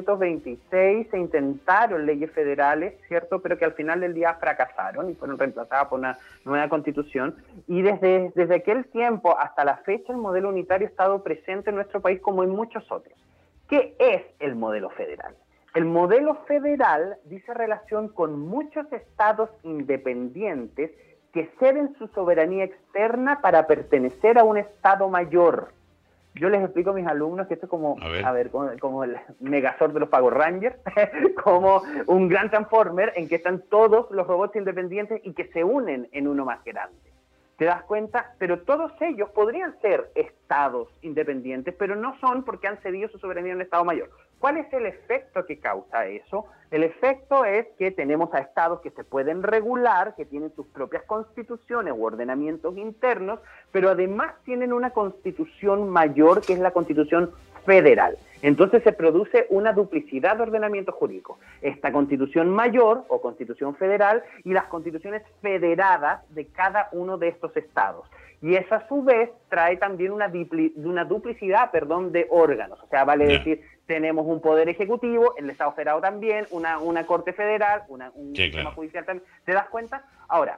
1826 se intentaron leyes federales, ¿cierto? Pero que al final del día fracasaron y fueron reemplazadas por una nueva constitución. Y desde aquel tiempo hasta la fecha, el modelo unitario ha estado presente en nuestro país como en muchos otros. ¿Qué es el modelo federal? El modelo federal dice relación con muchos estados independientes que ceden su soberanía externa para pertenecer a un estado mayor. Yo les explico a mis alumnos que esto es como, como el Megazord de los Power Rangers, como un gran Transformer en que están todos los robots independientes y que se unen en uno más grande. ¿Te das cuenta? Pero todos ellos podrían ser estados independientes, pero no son porque han cedido su soberanía a un estado mayor. ¿Cuál es el efecto que causa eso? El efecto es que tenemos a estados que se pueden regular, que tienen sus propias constituciones u ordenamientos internos, pero además tienen una constitución mayor, que es la constitución federal. Entonces se produce una duplicidad de ordenamiento jurídico. Esta constitución mayor o constitución federal y las constituciones federadas de cada uno de estos estados. Y eso a su vez trae también una duplicidad de órganos. O sea, vale decir, tenemos un poder ejecutivo, el Estado federado también, una corte federal, un sistema judicial también. ¿Te das cuenta? Ahora,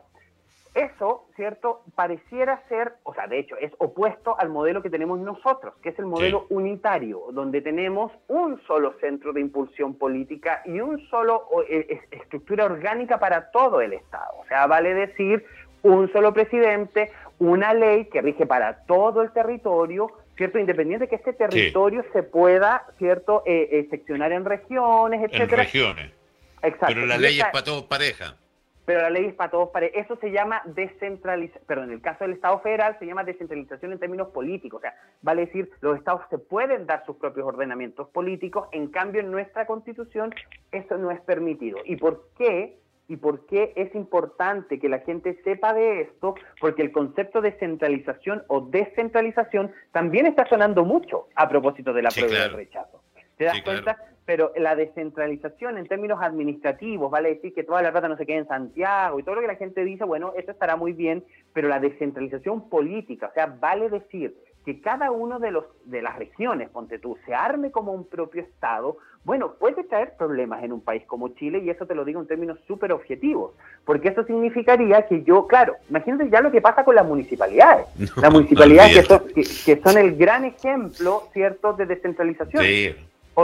eso, ¿cierto? Pareciera ser, o sea, de hecho, es opuesto al modelo que tenemos nosotros, que es el modelo unitario, donde tenemos un solo centro de impulsión política y un solo estructura orgánica para todo el Estado. O sea, vale decir, un solo presidente, una ley que rige para todo el territorio, ¿cierto? Independiente de que este territorio se pueda, ¿cierto? Seccionar en regiones, etcétera. En regiones. Exacto. Pero la ley es para todos pareja. Pero la ley es para todos pareja. Eso se llama descentralización. Perdón, en el caso del Estado federal se llama descentralización en términos políticos. O sea, vale decir, los estados se pueden dar sus propios ordenamientos políticos. En cambio, en nuestra Constitución eso no es permitido. ¿Y por qué? ¿Y por qué es importante que la gente sepa de esto? Porque el concepto de centralización o descentralización también está sonando mucho a propósito de la prueba del rechazo. ¿Te das cuenta? Claro. Pero la descentralización en términos administrativos, vale decir que toda la plata no se quede en Santiago y todo lo que la gente dice, bueno, eso estará muy bien, pero la descentralización política, o sea, vale decir que cada uno de las regiones, ponte tú, se arme como un propio estado, bueno, puede traer problemas en un país como Chile, y eso te lo digo en términos súper objetivos, porque eso significaría que claro, imagínate ya lo que pasa con las municipalidades. Las municipalidades que son el gran ejemplo, ¿cierto?, de descentralización. Sí.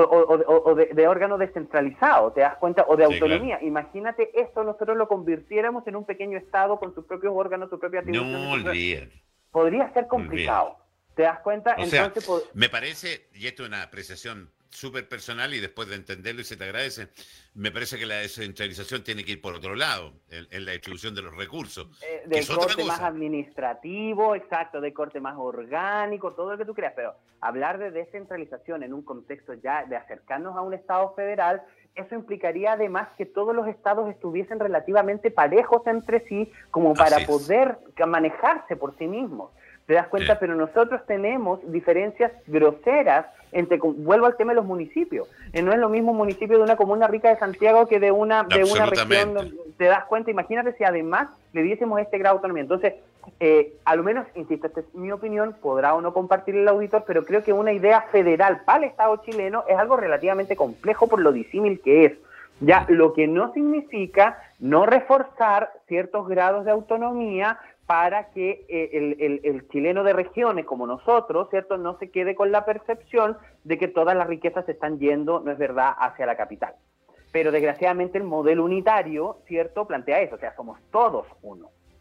O de órgano descentralizado, ¿te das cuenta? O de autonomía. Claro. Imagínate esto, nosotros lo convirtiéramos en un pequeño estado con sus propios órganos, sus propias atribuciones. No, podría ser complicado. ¿Te das cuenta? Entonces, me parece, y esto es una apreciación súper personal y después de entenderlo y se te agradece, me parece que la descentralización tiene que ir por otro lado, en la distribución de los recursos. De corte más administrativo, exacto, de corte más orgánico, todo lo que tú creas, pero hablar de descentralización en un contexto ya de acercarnos a un Estado federal, eso implicaría además que todos los estados estuviesen relativamente parejos entre sí, como para poder manejarse por sí mismos. ¿Te das cuenta? Sí. Pero nosotros tenemos diferencias groseras vuelvo al tema de los municipios. No es lo mismo un municipio de una comuna rica de Santiago que de una región. ¿Te das cuenta? Imagínate si además le diésemos este grado de autonomía. Entonces, a lo menos, insisto, esta es mi opinión, podrá o no compartir el auditor, pero creo que una idea federal para el Estado chileno es algo relativamente complejo por lo disímil que es. Ya, lo que no significa no reforzar ciertos grados de autonomía para que el chileno de regiones como nosotros, ¿cierto?, no se quede con la percepción de que todas las riquezas se están yendo, no es verdad, hacia la capital. Pero desgraciadamente el modelo unitario, ¿cierto?, plantea eso, o sea, somos todos uno.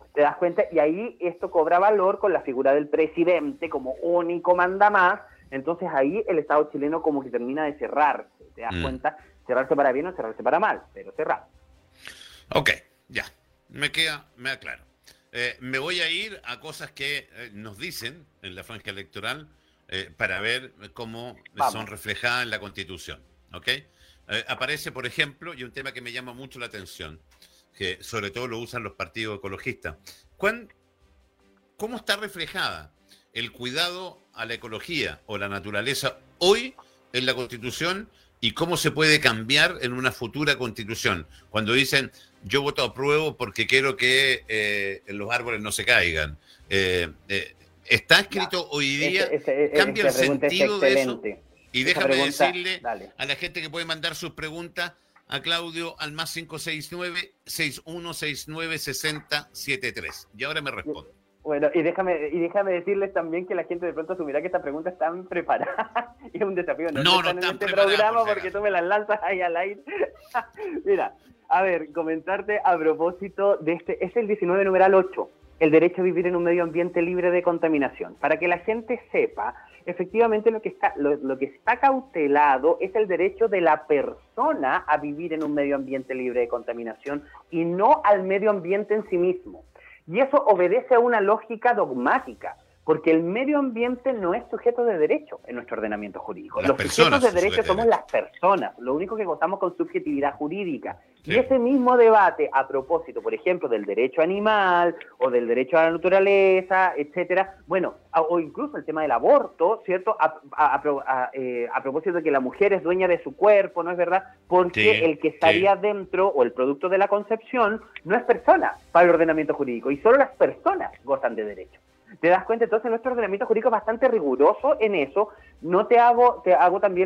¿Te das cuenta? Y ahí esto cobra valor con la figura del presidente como único mandamás. Entonces ahí el Estado chileno como que termina de cerrarse. ¿Te das cuenta? Cerrarse para bien o cerrarse para mal, pero cerrar. Ok, ya. Me queda claro. Me voy a ir a cosas que nos dicen en la franja electoral para ver cómo son reflejadas en la Constitución. ¿Ok? Aparece, por ejemplo, y un tema que me llama mucho la atención, que sobre todo lo usan los partidos ecologistas. ¿Cómo está reflejada el cuidado a la ecología o la naturaleza hoy en la Constitución y cómo se puede cambiar en una futura Constitución? Cuando dicen, yo voto apruebo porque quiero que los árboles no se caigan. ¿Está escrito hoy día? ¿Cambia el sentido de eso? Y déjame decirle a la gente que puede mandar sus preguntas a Claudio al más 569-6169-6073. Y ahora me responde. Bueno, y déjame decirles también que la gente de pronto asumirá que estas preguntas están preparadas. Y es un desafío. No están en este programa porque tú me las lanzas ahí al aire. Mira, a ver, comentarte a propósito de es el 19 numeral 8, el derecho a vivir en un medio ambiente libre de contaminación. Para que la gente sepa, efectivamente lo que está cautelado es el derecho de la persona a vivir en un medio ambiente libre de contaminación y no al medio ambiente en sí mismo. Y eso obedece a una lógica dogmática, porque el medio ambiente no es sujeto de derecho en nuestro ordenamiento jurídico. Los sujetos de derecho somos las personas, lo único que gozamos con subjetividad jurídica. Sí. Y ese mismo debate a propósito, por ejemplo, del derecho animal o del derecho a la naturaleza, etcétera, bueno, o incluso el tema del aborto, ¿cierto? A propósito de que la mujer es dueña de su cuerpo, ¿no es verdad? Porque el que estaría dentro o el producto de la concepción no es persona para el ordenamiento jurídico y solo las personas gozan de derecho. ¿Te das cuenta? Entonces nuestro ordenamiento jurídico es bastante riguroso en eso. No te hago también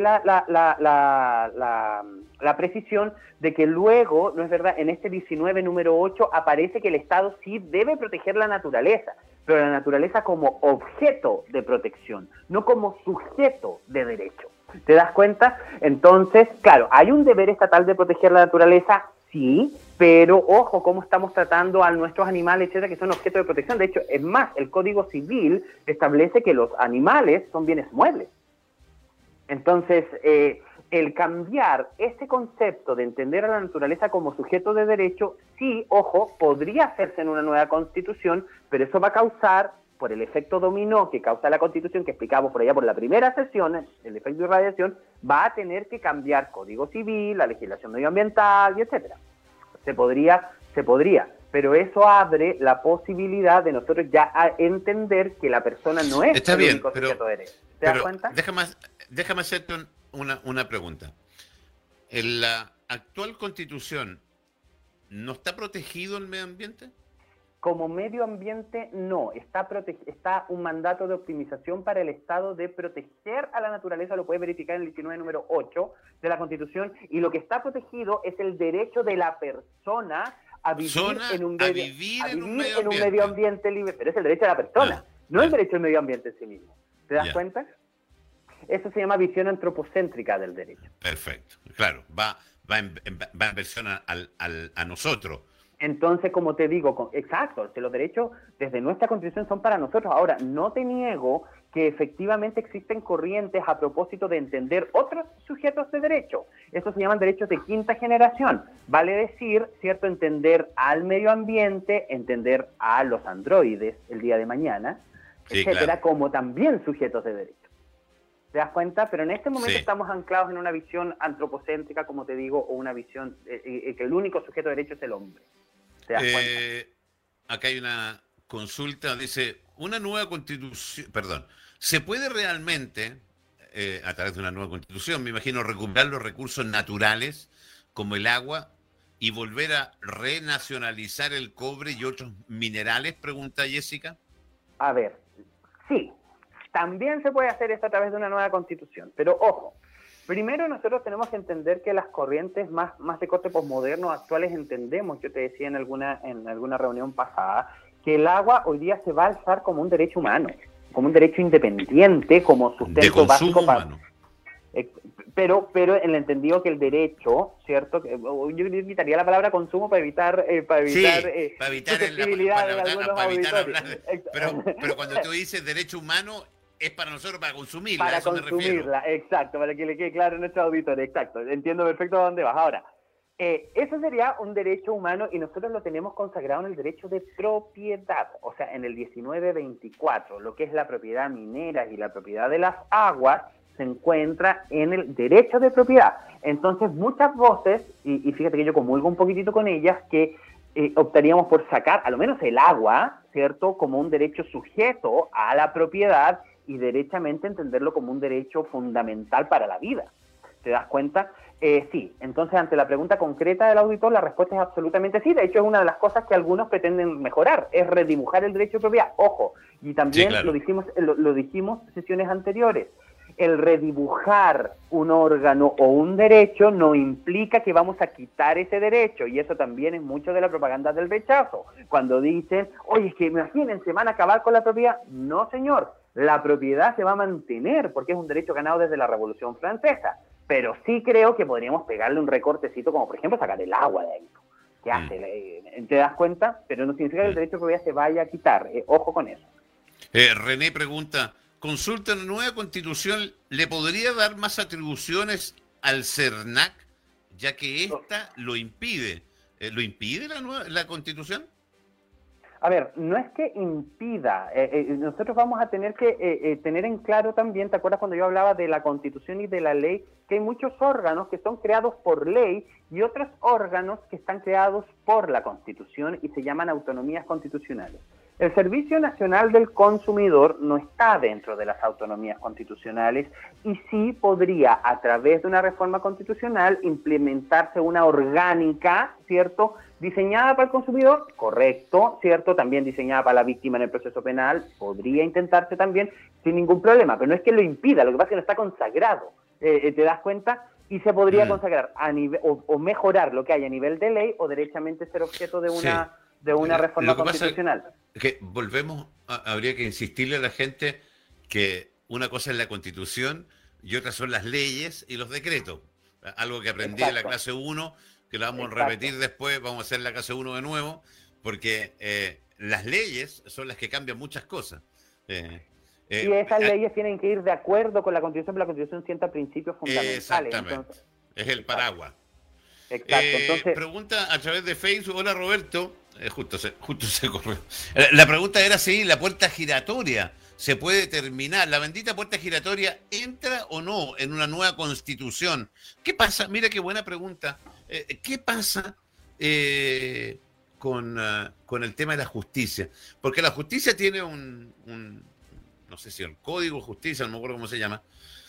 la precisión de que luego, ¿no es verdad?, en este 19 número 8 aparece que el Estado sí debe proteger la naturaleza, pero la naturaleza como objeto de protección, no como sujeto de derecho. ¿Te das cuenta? Entonces, claro, hay un deber estatal de proteger la naturaleza, sí, pero ojo cómo estamos tratando a nuestros animales, etcétera, que son objetos de protección. De hecho, es más, el Código Civil establece que los animales son bienes muebles. Entonces, el cambiar ese concepto de entender a la naturaleza como sujeto de derecho, sí, ojo, podría hacerse en una nueva Constitución, pero eso va a causar, por el efecto dominó que causa la Constitución, que explicamos por allá por la primera sesión, el efecto de irradiación, va a tener que cambiar Código Civil, la legislación medioambiental, y etcétera. Se podría, pero eso abre la posibilidad de nosotros ya entender que la persona no es el único sujeto de derecho. ¿Te das cuenta? Déjame hacerte una pregunta. ¿En la actual Constitución no está protegido el medio ambiente? Como medio ambiente, no. Está un mandato de optimización para el Estado de proteger a la naturaleza, lo puedes verificar en el 19 número 8 de la Constitución, y lo que está protegido es el derecho de la persona a vivir en un medio ambiente libre, pero es el derecho de la persona, no el derecho del medio ambiente en sí mismo. ¿Te das cuenta? Eso se llama visión antropocéntrica del derecho. Perfecto. Claro, va en versión a nosotros. Entonces, como te digo, exacto, los derechos desde nuestra Constitución son para nosotros. Ahora, no te niego que efectivamente existen corrientes a propósito de entender otros sujetos de derecho. Estos se llaman derechos de quinta generación. Vale decir, ¿cierto?, entender al medio ambiente, entender a los androides el día de mañana, etcétera, como también sujetos de derecho. ¿Te das cuenta? Pero en este momento estamos anclados en una visión antropocéntrica, como te digo, o una visión que el único sujeto de derecho es el hombre. ¿Te das cuenta? Acá hay una consulta, dice, una nueva constitución, ¿se puede realmente, a través de una nueva constitución, me imagino, recuperar los recursos naturales, como el agua, y volver a renacionalizar el cobre y otros minerales? Pregunta Jessica. A ver, sí, también se puede hacer esto a través de una nueva constitución, pero ojo, primero nosotros tenemos que entender que las corrientes más de corte posmoderno actuales entendemos, yo te decía en alguna reunión pasada, que el agua hoy día se va a alzar como un derecho humano, como un derecho independiente, como sustento básico para... pero en el entendido que el derecho, ¿cierto? Yo quitaría la palabra consumo para evitar susceptibilidad de algunos auditores. Pero cuando tú dices derecho humano, es para nosotros, para consumirla, para a eso consumirla, me refiero. exacto, para que le quede claro a nuestros auditores, exacto. Entiendo perfecto a dónde vas. Ahora, eso sería un derecho humano y nosotros lo tenemos consagrado en el derecho de propiedad, o sea, en el 1924, lo que es la propiedad minera y la propiedad de las aguas se encuentra en el derecho de propiedad. Entonces, muchas voces, y fíjate que yo comulgo un poquitito con ellas, que optaríamos por sacar, a lo menos el agua, ¿cierto?, como un derecho sujeto a la propiedad y derechamente entenderlo como un derecho fundamental para la vida. ¿Te das cuenta? Sí. Entonces, ante la pregunta concreta del auditor, la respuesta es absolutamente sí. De hecho, es una de las cosas que algunos pretenden mejorar, es redibujar el derecho de propiedad. Ojo, y también Sí, claro. lo dijimos en sesiones anteriores, el redibujar un órgano o un derecho no implica que vamos a quitar ese derecho, y eso también es mucho de la propaganda del rechazo. Cuando dicen, oye, es que imagínense, van a acabar con la propiedad. No, señor, la propiedad se va a mantener porque es un derecho ganado desde la Revolución Francesa, pero sí creo que podríamos pegarle un recortecito, como por ejemplo sacar el agua de ahí. ¿Qué hace? ¿Te das cuenta? Pero no significa que el derecho de propiedad se vaya a quitar. Ojo con eso. René pregunta, ¿consulta una nueva constitución le podría dar más atribuciones al CERNAC, ya que esta lo impide? ¿Lo impide la constitución? A ver, no es que impida, nosotros vamos a tener que tener en claro también, ¿te acuerdas cuando yo hablaba de la Constitución y de la ley? Que hay muchos órganos que son creados por ley y otros órganos que están creados por la Constitución y se llaman autonomías constitucionales. El Servicio Nacional del Consumidor no está dentro de las autonomías constitucionales y sí podría, a través de una reforma constitucional, implementarse una orgánica, ¿cierto?, diseñada para el consumidor, correcto, ¿cierto?, también diseñada para la víctima en el proceso penal, podría intentarse también sin ningún problema, pero no es que lo impida, lo que pasa es que no está consagrado, ¿te das cuenta? Y se podría consagrar a nivel, o mejorar lo que hay a nivel de ley o derechamente ser objeto de una... Sí. De una reforma constitucional. Que volvemos, habría que insistirle a la gente que una cosa es la Constitución y otra son las leyes y los decretos. Algo que aprendí en la clase 1, que lo vamos a repetir después, vamos a hacer la clase 1 de nuevo, porque las leyes son las que cambian muchas cosas. Y esas leyes tienen que ir de acuerdo con la Constitución, pero la Constitución sienta principios fundamentales. Exactamente. Entonces, es el paraguas. Exacto. Entonces, pregunta a través de Facebook, hola Roberto, justo se corrió. La pregunta era si la puerta giratoria se puede terminar. ¿La bendita puerta giratoria entra o no en una nueva constitución? ¿Qué pasa? Mira qué buena pregunta. ¿Qué pasa con el tema de la justicia? Porque la justicia tiene no sé si el Código de Justicia, no me acuerdo cómo se llama.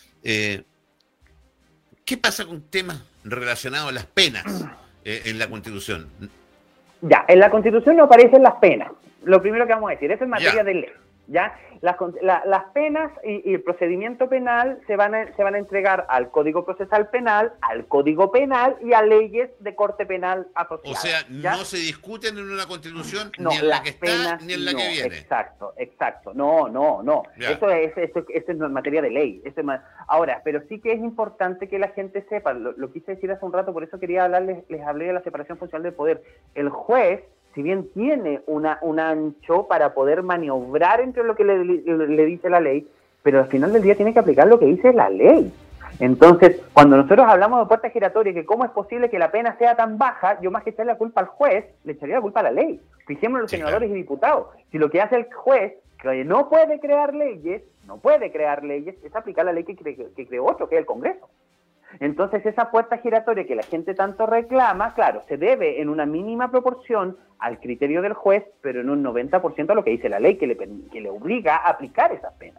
¿Qué pasa con temas relacionados a las penas en la Constitución? Ya, en la Constitución no aparecen las penas. Lo primero que vamos a decir, eso es materia de ley. ¿Ya? Las penas y el procedimiento penal se van a entregar al Código Procesal Penal, al Código Penal y a leyes de corte penal asociadas. O sea, ¿ya? No se discuten en una Constitución no, ni en la que penas, está ni en la que viene. Exacto. No. Eso es materia de ley. Ahora, pero sí que es importante que la gente sepa, lo quise decir hace un rato, por eso quería les hablé de la separación funcional del poder. El juez, si bien tiene un ancho para poder maniobrar entre lo que le dice la ley, pero al final del día tiene que aplicar lo que dice la ley. Entonces, cuando nosotros hablamos de puerta giratoria, que cómo es posible que la pena sea tan baja, yo más que echarle la culpa al juez, le echaría la culpa a la ley. Fijémonos los senadores y diputados. Si lo que hace el juez, que no puede crear leyes, es aplicar la ley que creó otro, que es el Congreso. Entonces, esa puerta giratoria que la gente tanto reclama, claro, se debe en una mínima proporción al criterio del juez, pero en un 90% a lo que dice la ley, que le obliga a aplicar esas penas.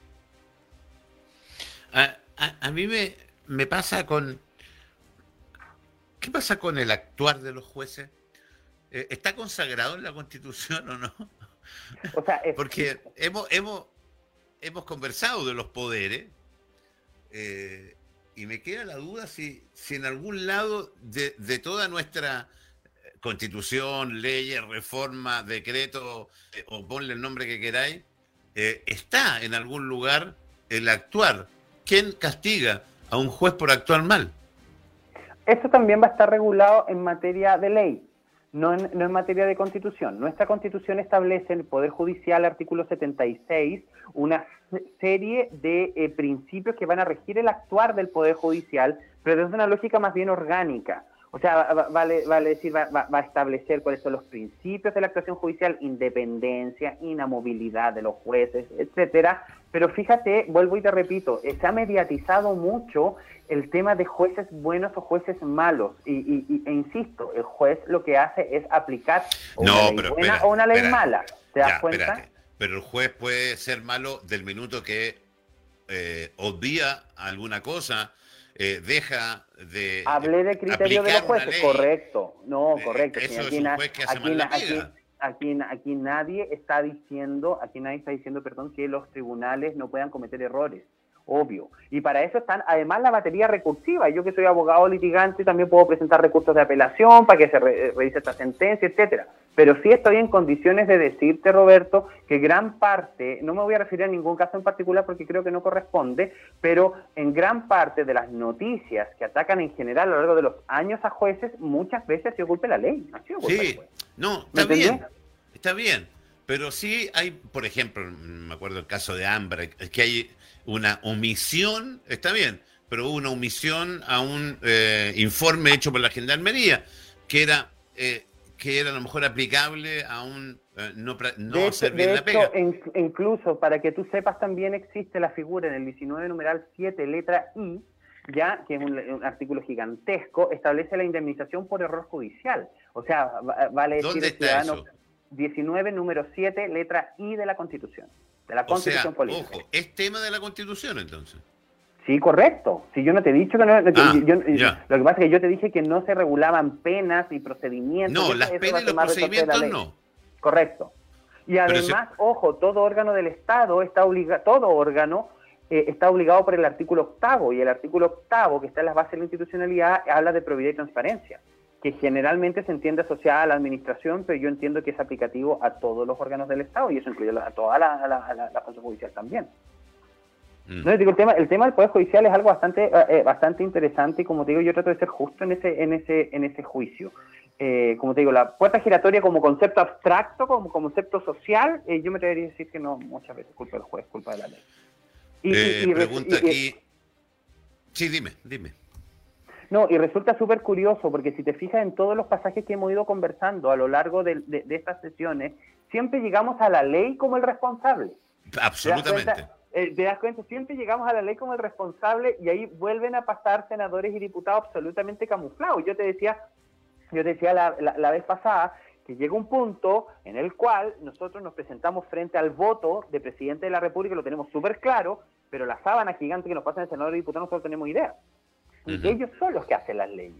A mí me pasa con... ¿Qué pasa con el actuar de los jueces? ¿Está consagrado en la Constitución o no? O sea, porque hemos conversado de los poderes, y me queda la duda si en algún lado de toda nuestra Constitución, leyes, reforma, decreto, o ponle el nombre que queráis, está en algún lugar el actuar. ¿Quién castiga a un juez por actuar mal. Eso también va a estar regulado en materia de ley, no en materia de constitución. Nuestra constitución establece en el Poder Judicial, artículo 76, una serie de principios que van a regir el actuar del Poder Judicial, pero desde una lógica más bien orgánica. O sea, vale decir, va a establecer cuáles son los principios de la actuación judicial, independencia, inamovilidad de los jueces, etcétera. Pero fíjate, vuelvo y te repito, se ha mediatizado mucho el tema de jueces buenos o jueces malos. E insisto, el juez lo que hace es aplicar una ley buena o una ley mala. ¿Te das cuenta? Espérate. Pero el juez puede ser malo del minuto que obvia alguna cosa, deja de hablé de criterio de los jueces, correcto. No, correcto. Eso es un juez que hace mal la pega. Aquí nadie está diciendo, perdón, que los tribunales no puedan cometer errores, obvio. Y para eso están, además, la batería recursiva. Yo que soy abogado litigante también puedo presentar recursos de apelación para que se revise esta sentencia, etcétera. Pero sí estoy en condiciones de decirte, Roberto, que gran parte, no me voy a referir a ningún caso en particular porque creo que no corresponde, pero en gran parte de las noticias que atacan en general a lo largo de los años a jueces, muchas veces ha sido culpa de la ley, no ha sido culpa del juez. No, está bien, pero sí hay, por ejemplo, me acuerdo el caso de Ambra, que hay una omisión, está bien, pero hubo una omisión a un informe hecho por la Gendarmería, que era a lo mejor aplicable a un no hacer bien la pega. Incluso, para que tú sepas, también existe la figura en el 19 numeral 7, letra I, ya que es un artículo gigantesco, establece la indemnización por error judicial. O sea, vale decir... ¿Dónde está eso? 19, número 7, letra I de la Constitución, de la Constitución Política. Ojo, ¿es tema de la Constitución entonces? Sí, correcto. Si yo no te he dicho que no... lo que pasa es que yo te dije que no se regulaban penas y procedimientos. No, las penas y los procedimientos no. Correcto. Y además, ojo, todo órgano del Estado está obligado por el artículo 8, y el artículo 8, que está en las bases de la institucionalidad, habla de probidad y transparencia, que generalmente se entiende asociada a la administración, pero yo entiendo que es aplicativo a todos los órganos del Estado, y eso incluye a toda la Fuerza Judicial también. No, digo, el tema del Poder Judicial es algo bastante interesante, y como te digo, yo trato de ser justo en ese juicio. Como te digo, la puerta giratoria como concepto abstracto, como concepto social, yo me atrevería a decir que no, muchas veces culpa del juez, culpa de la ley. Pregunta aquí... Sí, dime. No, y resulta súper curioso, porque si te fijas en todos los pasajes que hemos ido conversando a lo largo de estas sesiones, siempre llegamos a la ley como el responsable. Absolutamente. ¿Te das cuenta? Siempre llegamos a la ley como el responsable, y ahí vuelven a pasar senadores y diputados absolutamente camuflados. Yo te decía la vez pasada que llega un punto en el cual nosotros nos presentamos frente al voto de presidente de la República, lo tenemos súper claro, pero la sábana gigante que nos pasa en el senador y diputado nosotros no tenemos idea. Y ellos son los que hacen las leyes.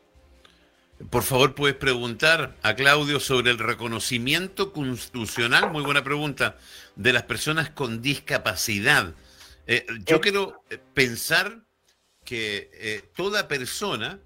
Por favor, puedes preguntar a Claudio sobre el reconocimiento constitucional, muy buena pregunta, de las personas con discapacidad. Yo quiero pensar que toda persona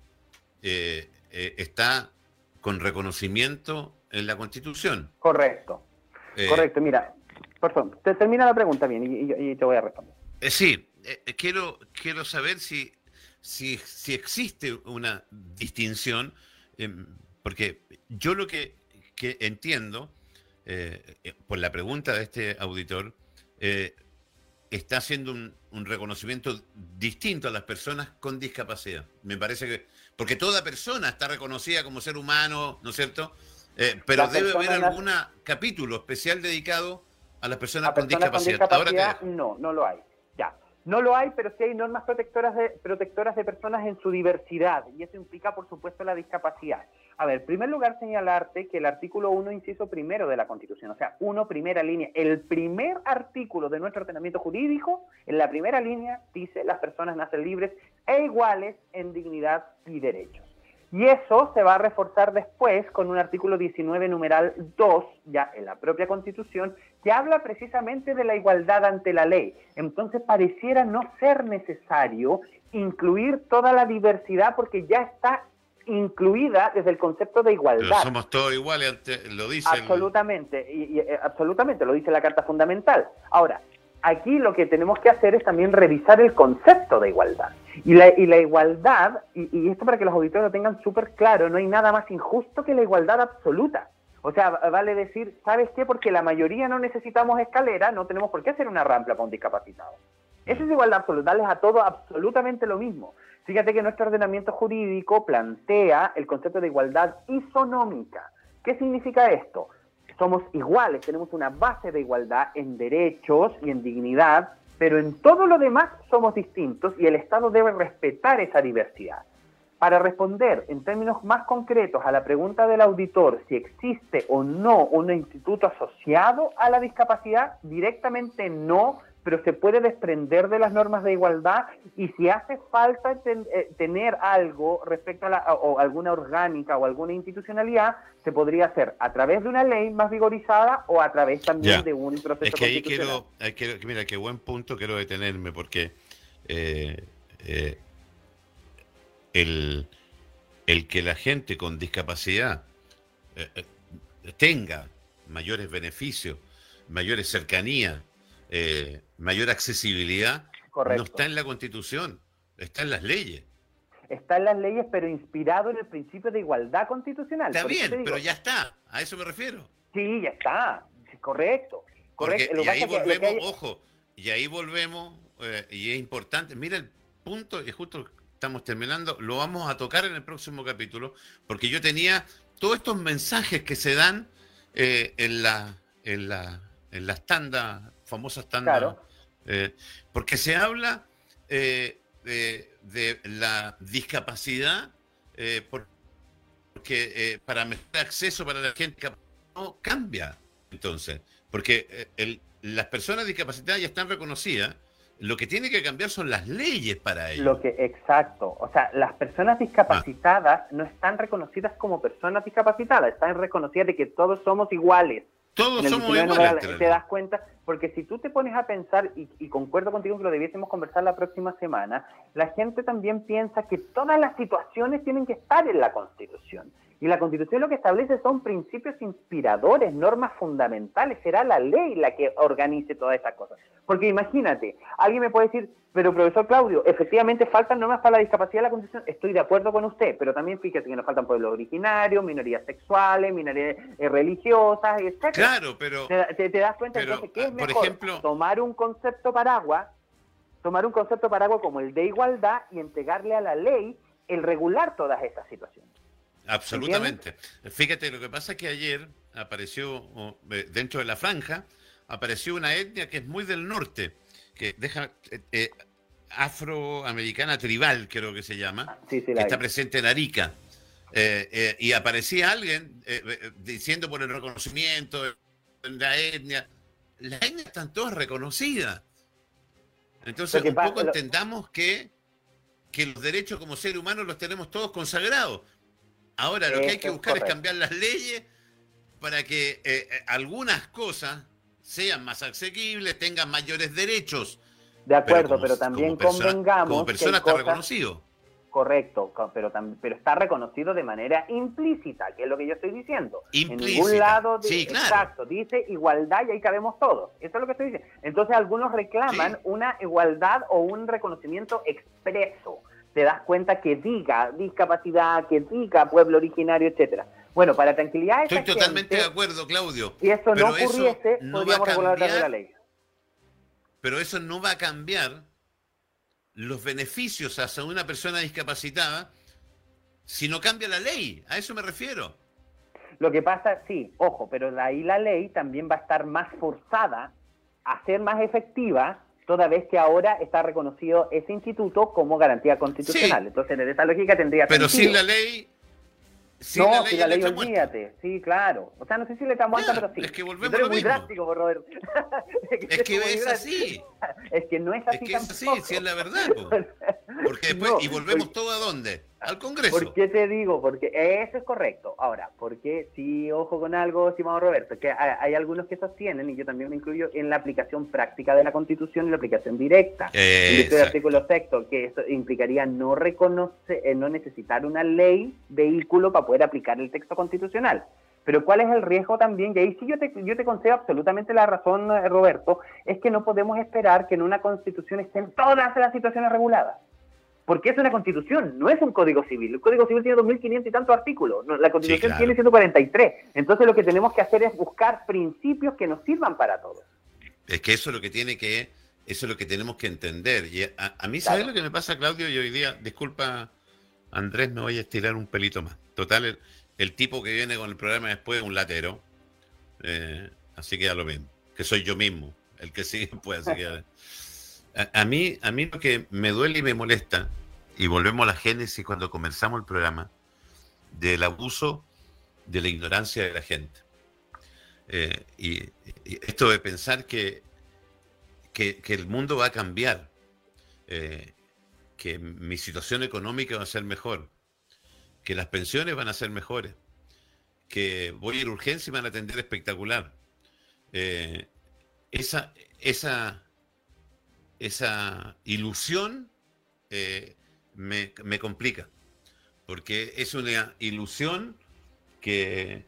está con reconocimiento en la Constitución. Correcto. Mira, por favor, te termina la pregunta bien y te voy a responder. Sí, quiero saber si existe una distinción, porque yo lo que entiendo, por la pregunta de este auditor, está haciendo un reconocimiento distinto a las personas con discapacidad. Me parece que, porque toda persona está reconocida como ser humano, ¿no es cierto? Pero debe haber algún capítulo especial dedicado a las personas con discapacidad. Ahora no lo hay. Ya. No lo hay, pero sí hay normas protectoras de personas en su diversidad, y eso implica, por supuesto, la discapacidad. A ver, en primer lugar, señalarte que el artículo 1, inciso primero de la Constitución, o sea, 1, primera línea, el primer artículo de nuestro ordenamiento jurídico, en la primera línea dice: las personas nacen libres e iguales en dignidad y derechos. Y eso se va a reforzar después con un artículo 19, numeral 2, ya en la propia Constitución, que habla precisamente de la igualdad ante la ley. Entonces pareciera no ser necesario incluir toda la diversidad, porque ya está incluida desde el concepto de igualdad. Pero somos todos iguales, lo dice. Absolutamente, absolutamente, lo dice la Carta Fundamental. Ahora, aquí lo que tenemos que hacer es también revisar el concepto de igualdad. Y la igualdad, y esto para que los auditores lo tengan súper claro, no hay nada más injusto que la igualdad absoluta. O sea, vale decir, ¿sabes qué? Porque la mayoría no necesitamos escalera, no tenemos por qué hacer una rampa para un discapacitado. Esa es igualdad absoluta, darles a todos absolutamente lo mismo. Fíjate que nuestro ordenamiento jurídico plantea el concepto de igualdad isonómica. ¿Qué significa esto? Somos iguales, tenemos una base de igualdad en derechos y en dignidad, pero en todo lo demás somos distintos y el Estado debe respetar esa diversidad. Para responder en términos más concretos a la pregunta del auditor si existe o no un instituto asociado a la discapacidad, directamente no, pero se puede desprender de las normas de igualdad y si hace falta tener algo respecto a o alguna orgánica o alguna institucionalidad, se podría hacer a través de una ley más vigorizada o a través también de un proceso constitucional. Es que ahí mira, qué buen punto, quiero detenerme porque el que la gente con discapacidad tenga mayores beneficios, mayores cercanías, mayor accesibilidad, Correcto. No está en la Constitución, está en las leyes. Está en las leyes, pero inspirado en el principio de igualdad constitucional. Está bien, pero ya está, a eso me refiero. Sí, ya está, sí, correcto. Porque, y ahí volvemos, ojo, y ahí volvemos, y es importante, mira el punto, y justo estamos terminando, lo vamos a tocar en el próximo capítulo, porque yo tenía todos estos mensajes que se dan en las tandas, famosas tandas, claro. Porque se habla de la discapacidad, porque para mejor acceso para la gente no cambia, entonces, porque las personas discapacitadas ya están reconocidas. Lo que tiene que cambiar son las leyes para ello. Exacto. O sea, las personas discapacitadas no están reconocidas como personas discapacitadas, están reconocidas de que todos somos iguales. Todos somos iguales. Te das cuenta, porque si tú te pones a pensar, y concuerdo contigo que lo debiésemos conversar la próxima semana, la gente también piensa que todas las situaciones tienen que estar en la Constitución. Y la Constitución lo que establece son principios inspiradores, normas fundamentales. Será la ley la que organice todas esas cosas. Porque imagínate, alguien me puede decir, pero profesor Claudio, efectivamente faltan normas para la discapacidad de la Constitución. Estoy de acuerdo con usted, pero también fíjate que nos faltan pueblos originarios, minorías sexuales, minorías religiosas, etc. Claro, pero... ¿Te das cuenta entonces qué es mejor? Por ejemplo, tomar un concepto paraguas como el de igualdad y entregarle a la ley el regular todas estas situaciones. Absolutamente. ¿Entiendes? Fíjate, lo que pasa es que ayer apareció, dentro de la franja, apareció una etnia que es muy del norte, que deja afroamericana tribal, creo que se llama, sí, que está presente en Arica. Y aparecía alguien diciendo por el reconocimiento de la etnia. Las etnias están todas reconocidas. Entonces, un poco entendamos que los derechos como seres humanos los tenemos todos consagrados. Ahora, lo que hay que buscar es cambiar las leyes para que algunas cosas sean más asequibles, tengan mayores derechos. De acuerdo, pero también convengamos como persona está reconocido. Correcto, pero está reconocido de manera implícita, que es lo que yo estoy diciendo. Implícita. En ningún lado, sí, claro. Exacto, dice igualdad y ahí cabemos todos. Eso es lo que estoy diciendo. Entonces algunos reclaman una igualdad o un reconocimiento expreso. Te das cuenta que diga discapacidad, que diga pueblo originario, etcétera. Bueno, para tranquilidad de Estoy totalmente de acuerdo, Claudio. Si eso no ocurriese, podríamos regular de la ley. Pero eso no va a cambiar los beneficios hacia una persona discapacitada si no cambia la ley. A eso me refiero. Lo que pasa, sí, ojo, pero de ahí la ley también va a estar más forzada a ser más efectiva, toda vez que ahora está reconocido ese instituto como garantía constitucional. Sí. Entonces, en esa lógica tendría pero sentido. Sin la ley... Si la ley olvídate. Sí, claro. O sea, no sé si le estamos muerta, pero sí. Es que volvemos a lo muy mismo. drástico, por Robert. es que es así. Es que no es así. Es que es así, si es la verdad. Porque después, y volvemos todo a dónde? Al Congreso. ¿Por qué te digo? Porque eso es correcto. Ahora, porque sí, ojo con algo, estimado Roberto, que hay algunos que sostienen, y yo también me incluyo, en la aplicación práctica de la Constitución y la aplicación directa. El artículo 6, que eso implicaría no necesitar una ley vehículo para poder aplicar el texto constitucional. Pero ¿cuál es el riesgo también? Y ahí sí yo te concedo absolutamente la razón, Roberto, es que no podemos esperar que en una Constitución estén todas las situaciones reguladas. porque es una constitución, no es un código civil. El código civil tiene 2.500 y tantos artículos, la constitución Sí, claro. tiene 143. Entonces lo que tenemos que hacer es buscar principios que nos sirvan para todos. Es que eso es lo que eso es lo que tenemos que entender. Y a mí, ¿sabes lo que me pasa, Claudio? Y hoy día, disculpa, Andrés, me voy a estirar un pelito más. Total, el tipo que viene con el programa después es un latero. Así que ya lo mismo, que soy yo mismo, el que sigue puede seguir. A mí lo que me duele y me molesta, y volvemos a la génesis cuando comenzamos el programa, del abuso de la ignorancia de la gente. Y esto de pensar que el mundo va a cambiar, que mi situación económica va a ser mejor, que las pensiones van a ser mejores, que voy a ir a urgencia y me van a atender espectacular. Esa ilusión me complica, porque es una ilusión que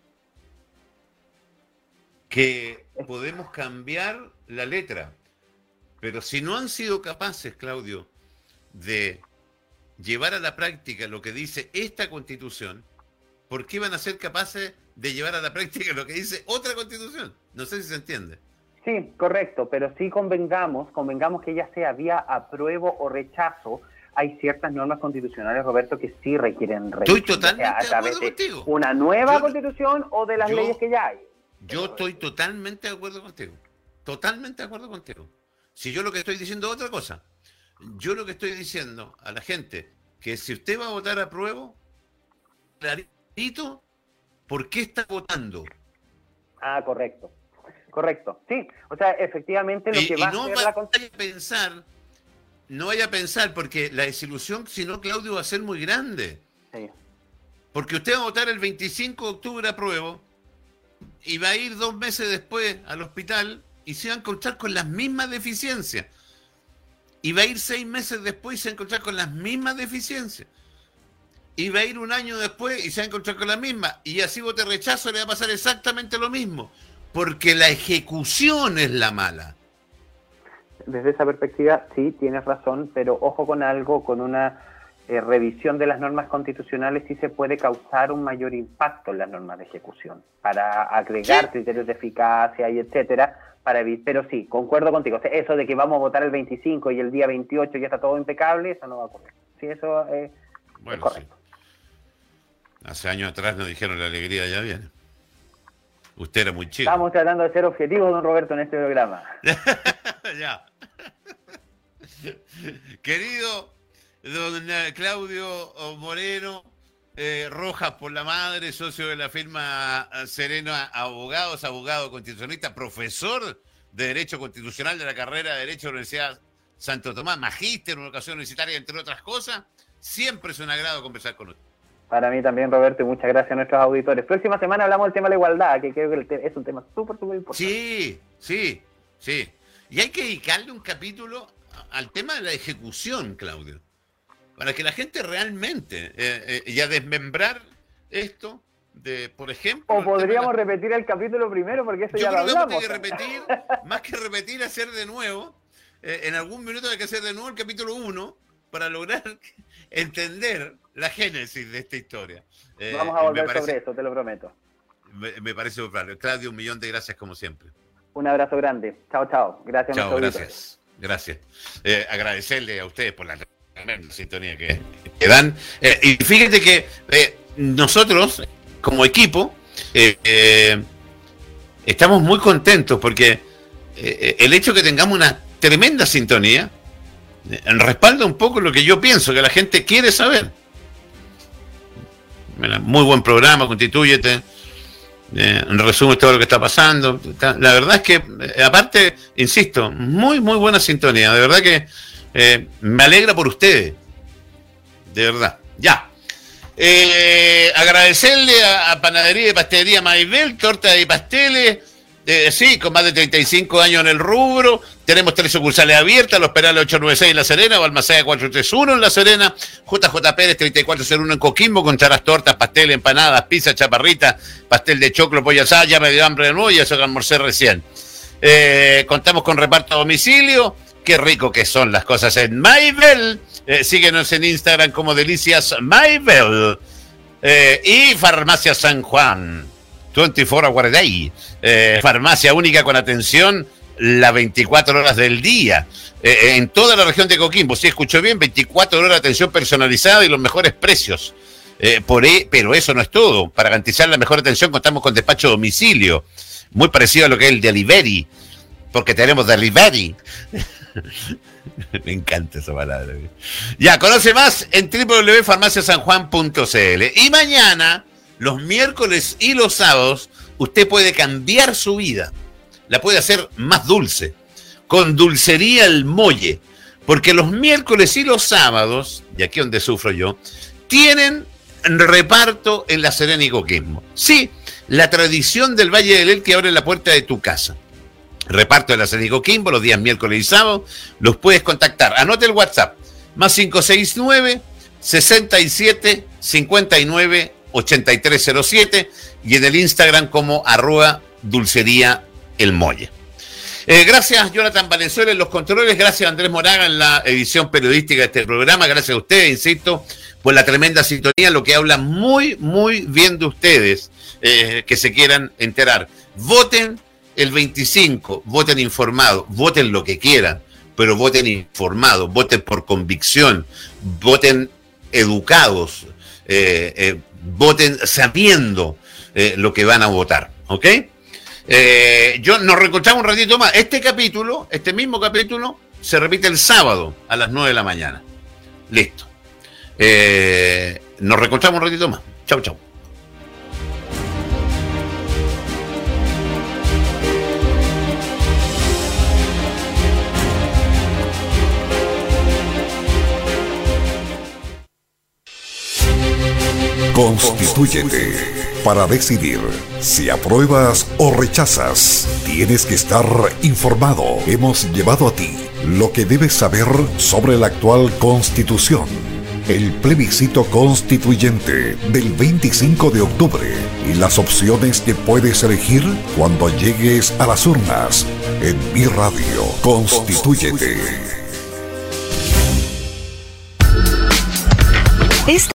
podemos cambiar la letra, pero si no han sido capaces, Claudio, de llevar a la práctica lo que dice esta Constitución, ¿por qué van a ser capaces de llevar a la práctica lo que dice otra Constitución? No sé si se entiende. Sí, correcto, pero sí convengamos que ya sea vía apruebo o rechazo, hay ciertas normas constitucionales, Roberto, que sí requieren revisión. Estoy totalmente de acuerdo contigo. Una nueva constitución o de las leyes que ya hay. Yo estoy totalmente de acuerdo contigo. Totalmente de acuerdo contigo. Si yo lo que estoy diciendo es otra cosa. Yo lo que estoy diciendo a la gente, que si usted va a votar apruebo, clarito, ¿por qué está votando? Ah, correcto. Correcto, sí. O sea, efectivamente lo que va a hacer la Constitución... No vaya a pensar, porque la desilusión, si no, Claudio, va a ser muy grande. Sí. Porque usted va a votar el 25 de octubre apruebo y va a ir 2 meses después al hospital y se va a encontrar con las mismas deficiencias. Y va a ir 6 meses después y se va a encontrar con las mismas deficiencias. Y va a ir 1 año después y se va a encontrar con las mismas. Y así vote rechazo, le va a pasar exactamente lo mismo. Porque la ejecución es la mala. Desde esa perspectiva, sí, tienes razón, pero ojo con algo, con una revisión de las normas constitucionales sí se puede causar un mayor impacto en las normas de ejecución, para agregar criterios de eficacia y etcétera, pero sí, concuerdo contigo, o sea, eso de que vamos a votar el 25 y el día 28 ya está todo impecable, eso no va a ocurrir. Sí, eso es correcto. Sí. Hace años atrás nos dijeron la alegría ya viene. Usted era muy chico. Estamos tratando de ser objetivos, don Roberto, en este programa. Ya. Querido don Claudio Moreno Rojas por la madre, socio de la firma Serena Abogados, abogado constitucionalista, profesor de Derecho Constitucional de la carrera de Derecho de la Universidad Santo Tomás, magíster en educación universitaria, entre otras cosas. Siempre es un agrado conversar con usted. Para mí también, Roberto, y muchas gracias a nuestros auditores. Próxima semana hablamos del tema de la igualdad, que creo que es un tema súper importante. Sí. Y hay que dedicarle un capítulo al tema de la ejecución, Claudio, para que la gente realmente, y a desmembrar esto, de, por ejemplo... O podríamos repetir el capítulo primero, porque eso ya lo hablamos. Yo creo que repetir, más que repetir, hacer de nuevo, en algún minuto hay que hacer de nuevo el capítulo 1, para lograr entender la génesis de esta historia. Vamos a volver sobre eso, te lo prometo. Me parece muy claro. Claudio, un millón de gracias como siempre. Un abrazo grande. Chao. Gracias. Chao, gracias. Agradecerle a ustedes por la sintonía que dan. Y fíjate que nosotros, como equipo, estamos muy contentos porque el hecho de que tengamos una tremenda sintonía respalda un poco lo que yo pienso, que la gente quiere saber. Muy buen programa, Constitúyete. Resume todo lo que está pasando. La verdad es que, aparte, insisto, muy buena sintonía. De verdad que me alegra por ustedes. De verdad. Ya. Agradecerle a Panadería y Pastelería Maibel, torta y pasteles. Sí, con más de 35 años en el rubro. Tenemos 3 sucursales abiertas, Los Perales 896 en La Serena, Balmaceda 431 en La Serena, JJ Pérez 3401 en Coquimbo, con charas, tortas, pasteles, empanadas, pizza, chaparrita, pastel de choclo, pollo asada. Ya me dio hambre de nuevo y eso que almorcé recién. Contamos con reparto a domicilio Qué rico que son las cosas en Maybell. Síguenos en Instagram como Delicias Maybell. Y Farmacia San Juan, 24 hours a day. Farmacia única con atención las 24 horas del día. En toda la región de Coquimbo, si escuchó bien, 24 horas de atención personalizada y los mejores precios. Pero eso no es todo. Para garantizar la mejor atención contamos con despacho a domicilio, muy parecido a lo que es el delivery, porque tenemos delivery. Me encanta esa palabra. Ya, conoce más en www.farmaciasanjuan.cl. Y mañana, los miércoles y los sábados, usted puede cambiar su vida. La puede hacer más dulce, con Dulcería El Molle. Porque los miércoles y los sábados, y aquí donde sufro yo, tienen reparto en La Serena y Coquimbo. Sí, la tradición del Valle del Elqui abre la puerta de tu casa. Reparto de La Serena y Coquimbo los días miércoles y sábados. Los puedes contactar. Anote el WhatsApp. Más 569-67-59-8307 y en el Instagram como @Dulcería El Molle. Gracias Jonathan Valenzuela en los controles, gracias Andrés Moraga en la edición periodística de este programa, gracias a ustedes, insisto, por la tremenda sintonía, lo que habla muy, muy bien de ustedes, que se quieran enterar. Voten el 25, voten informados, voten lo que quieran, pero voten informados, voten por convicción, voten educados, voten sabiendo lo que van a votar, ¿ok? Nos reencontramos un ratito más. Este mismo capítulo, se repite el sábado a las 9 de la mañana. Listo. Nos reencontramos un ratito más. Chau, chau. Constitúyete para decidir si apruebas o rechazas. Tienes que estar informado. Hemos llevado a ti lo que debes saber sobre la actual Constitución. El plebiscito constituyente del 25 de octubre y las opciones que puedes elegir cuando llegues a las urnas. En Mi Radio, Constitúyete.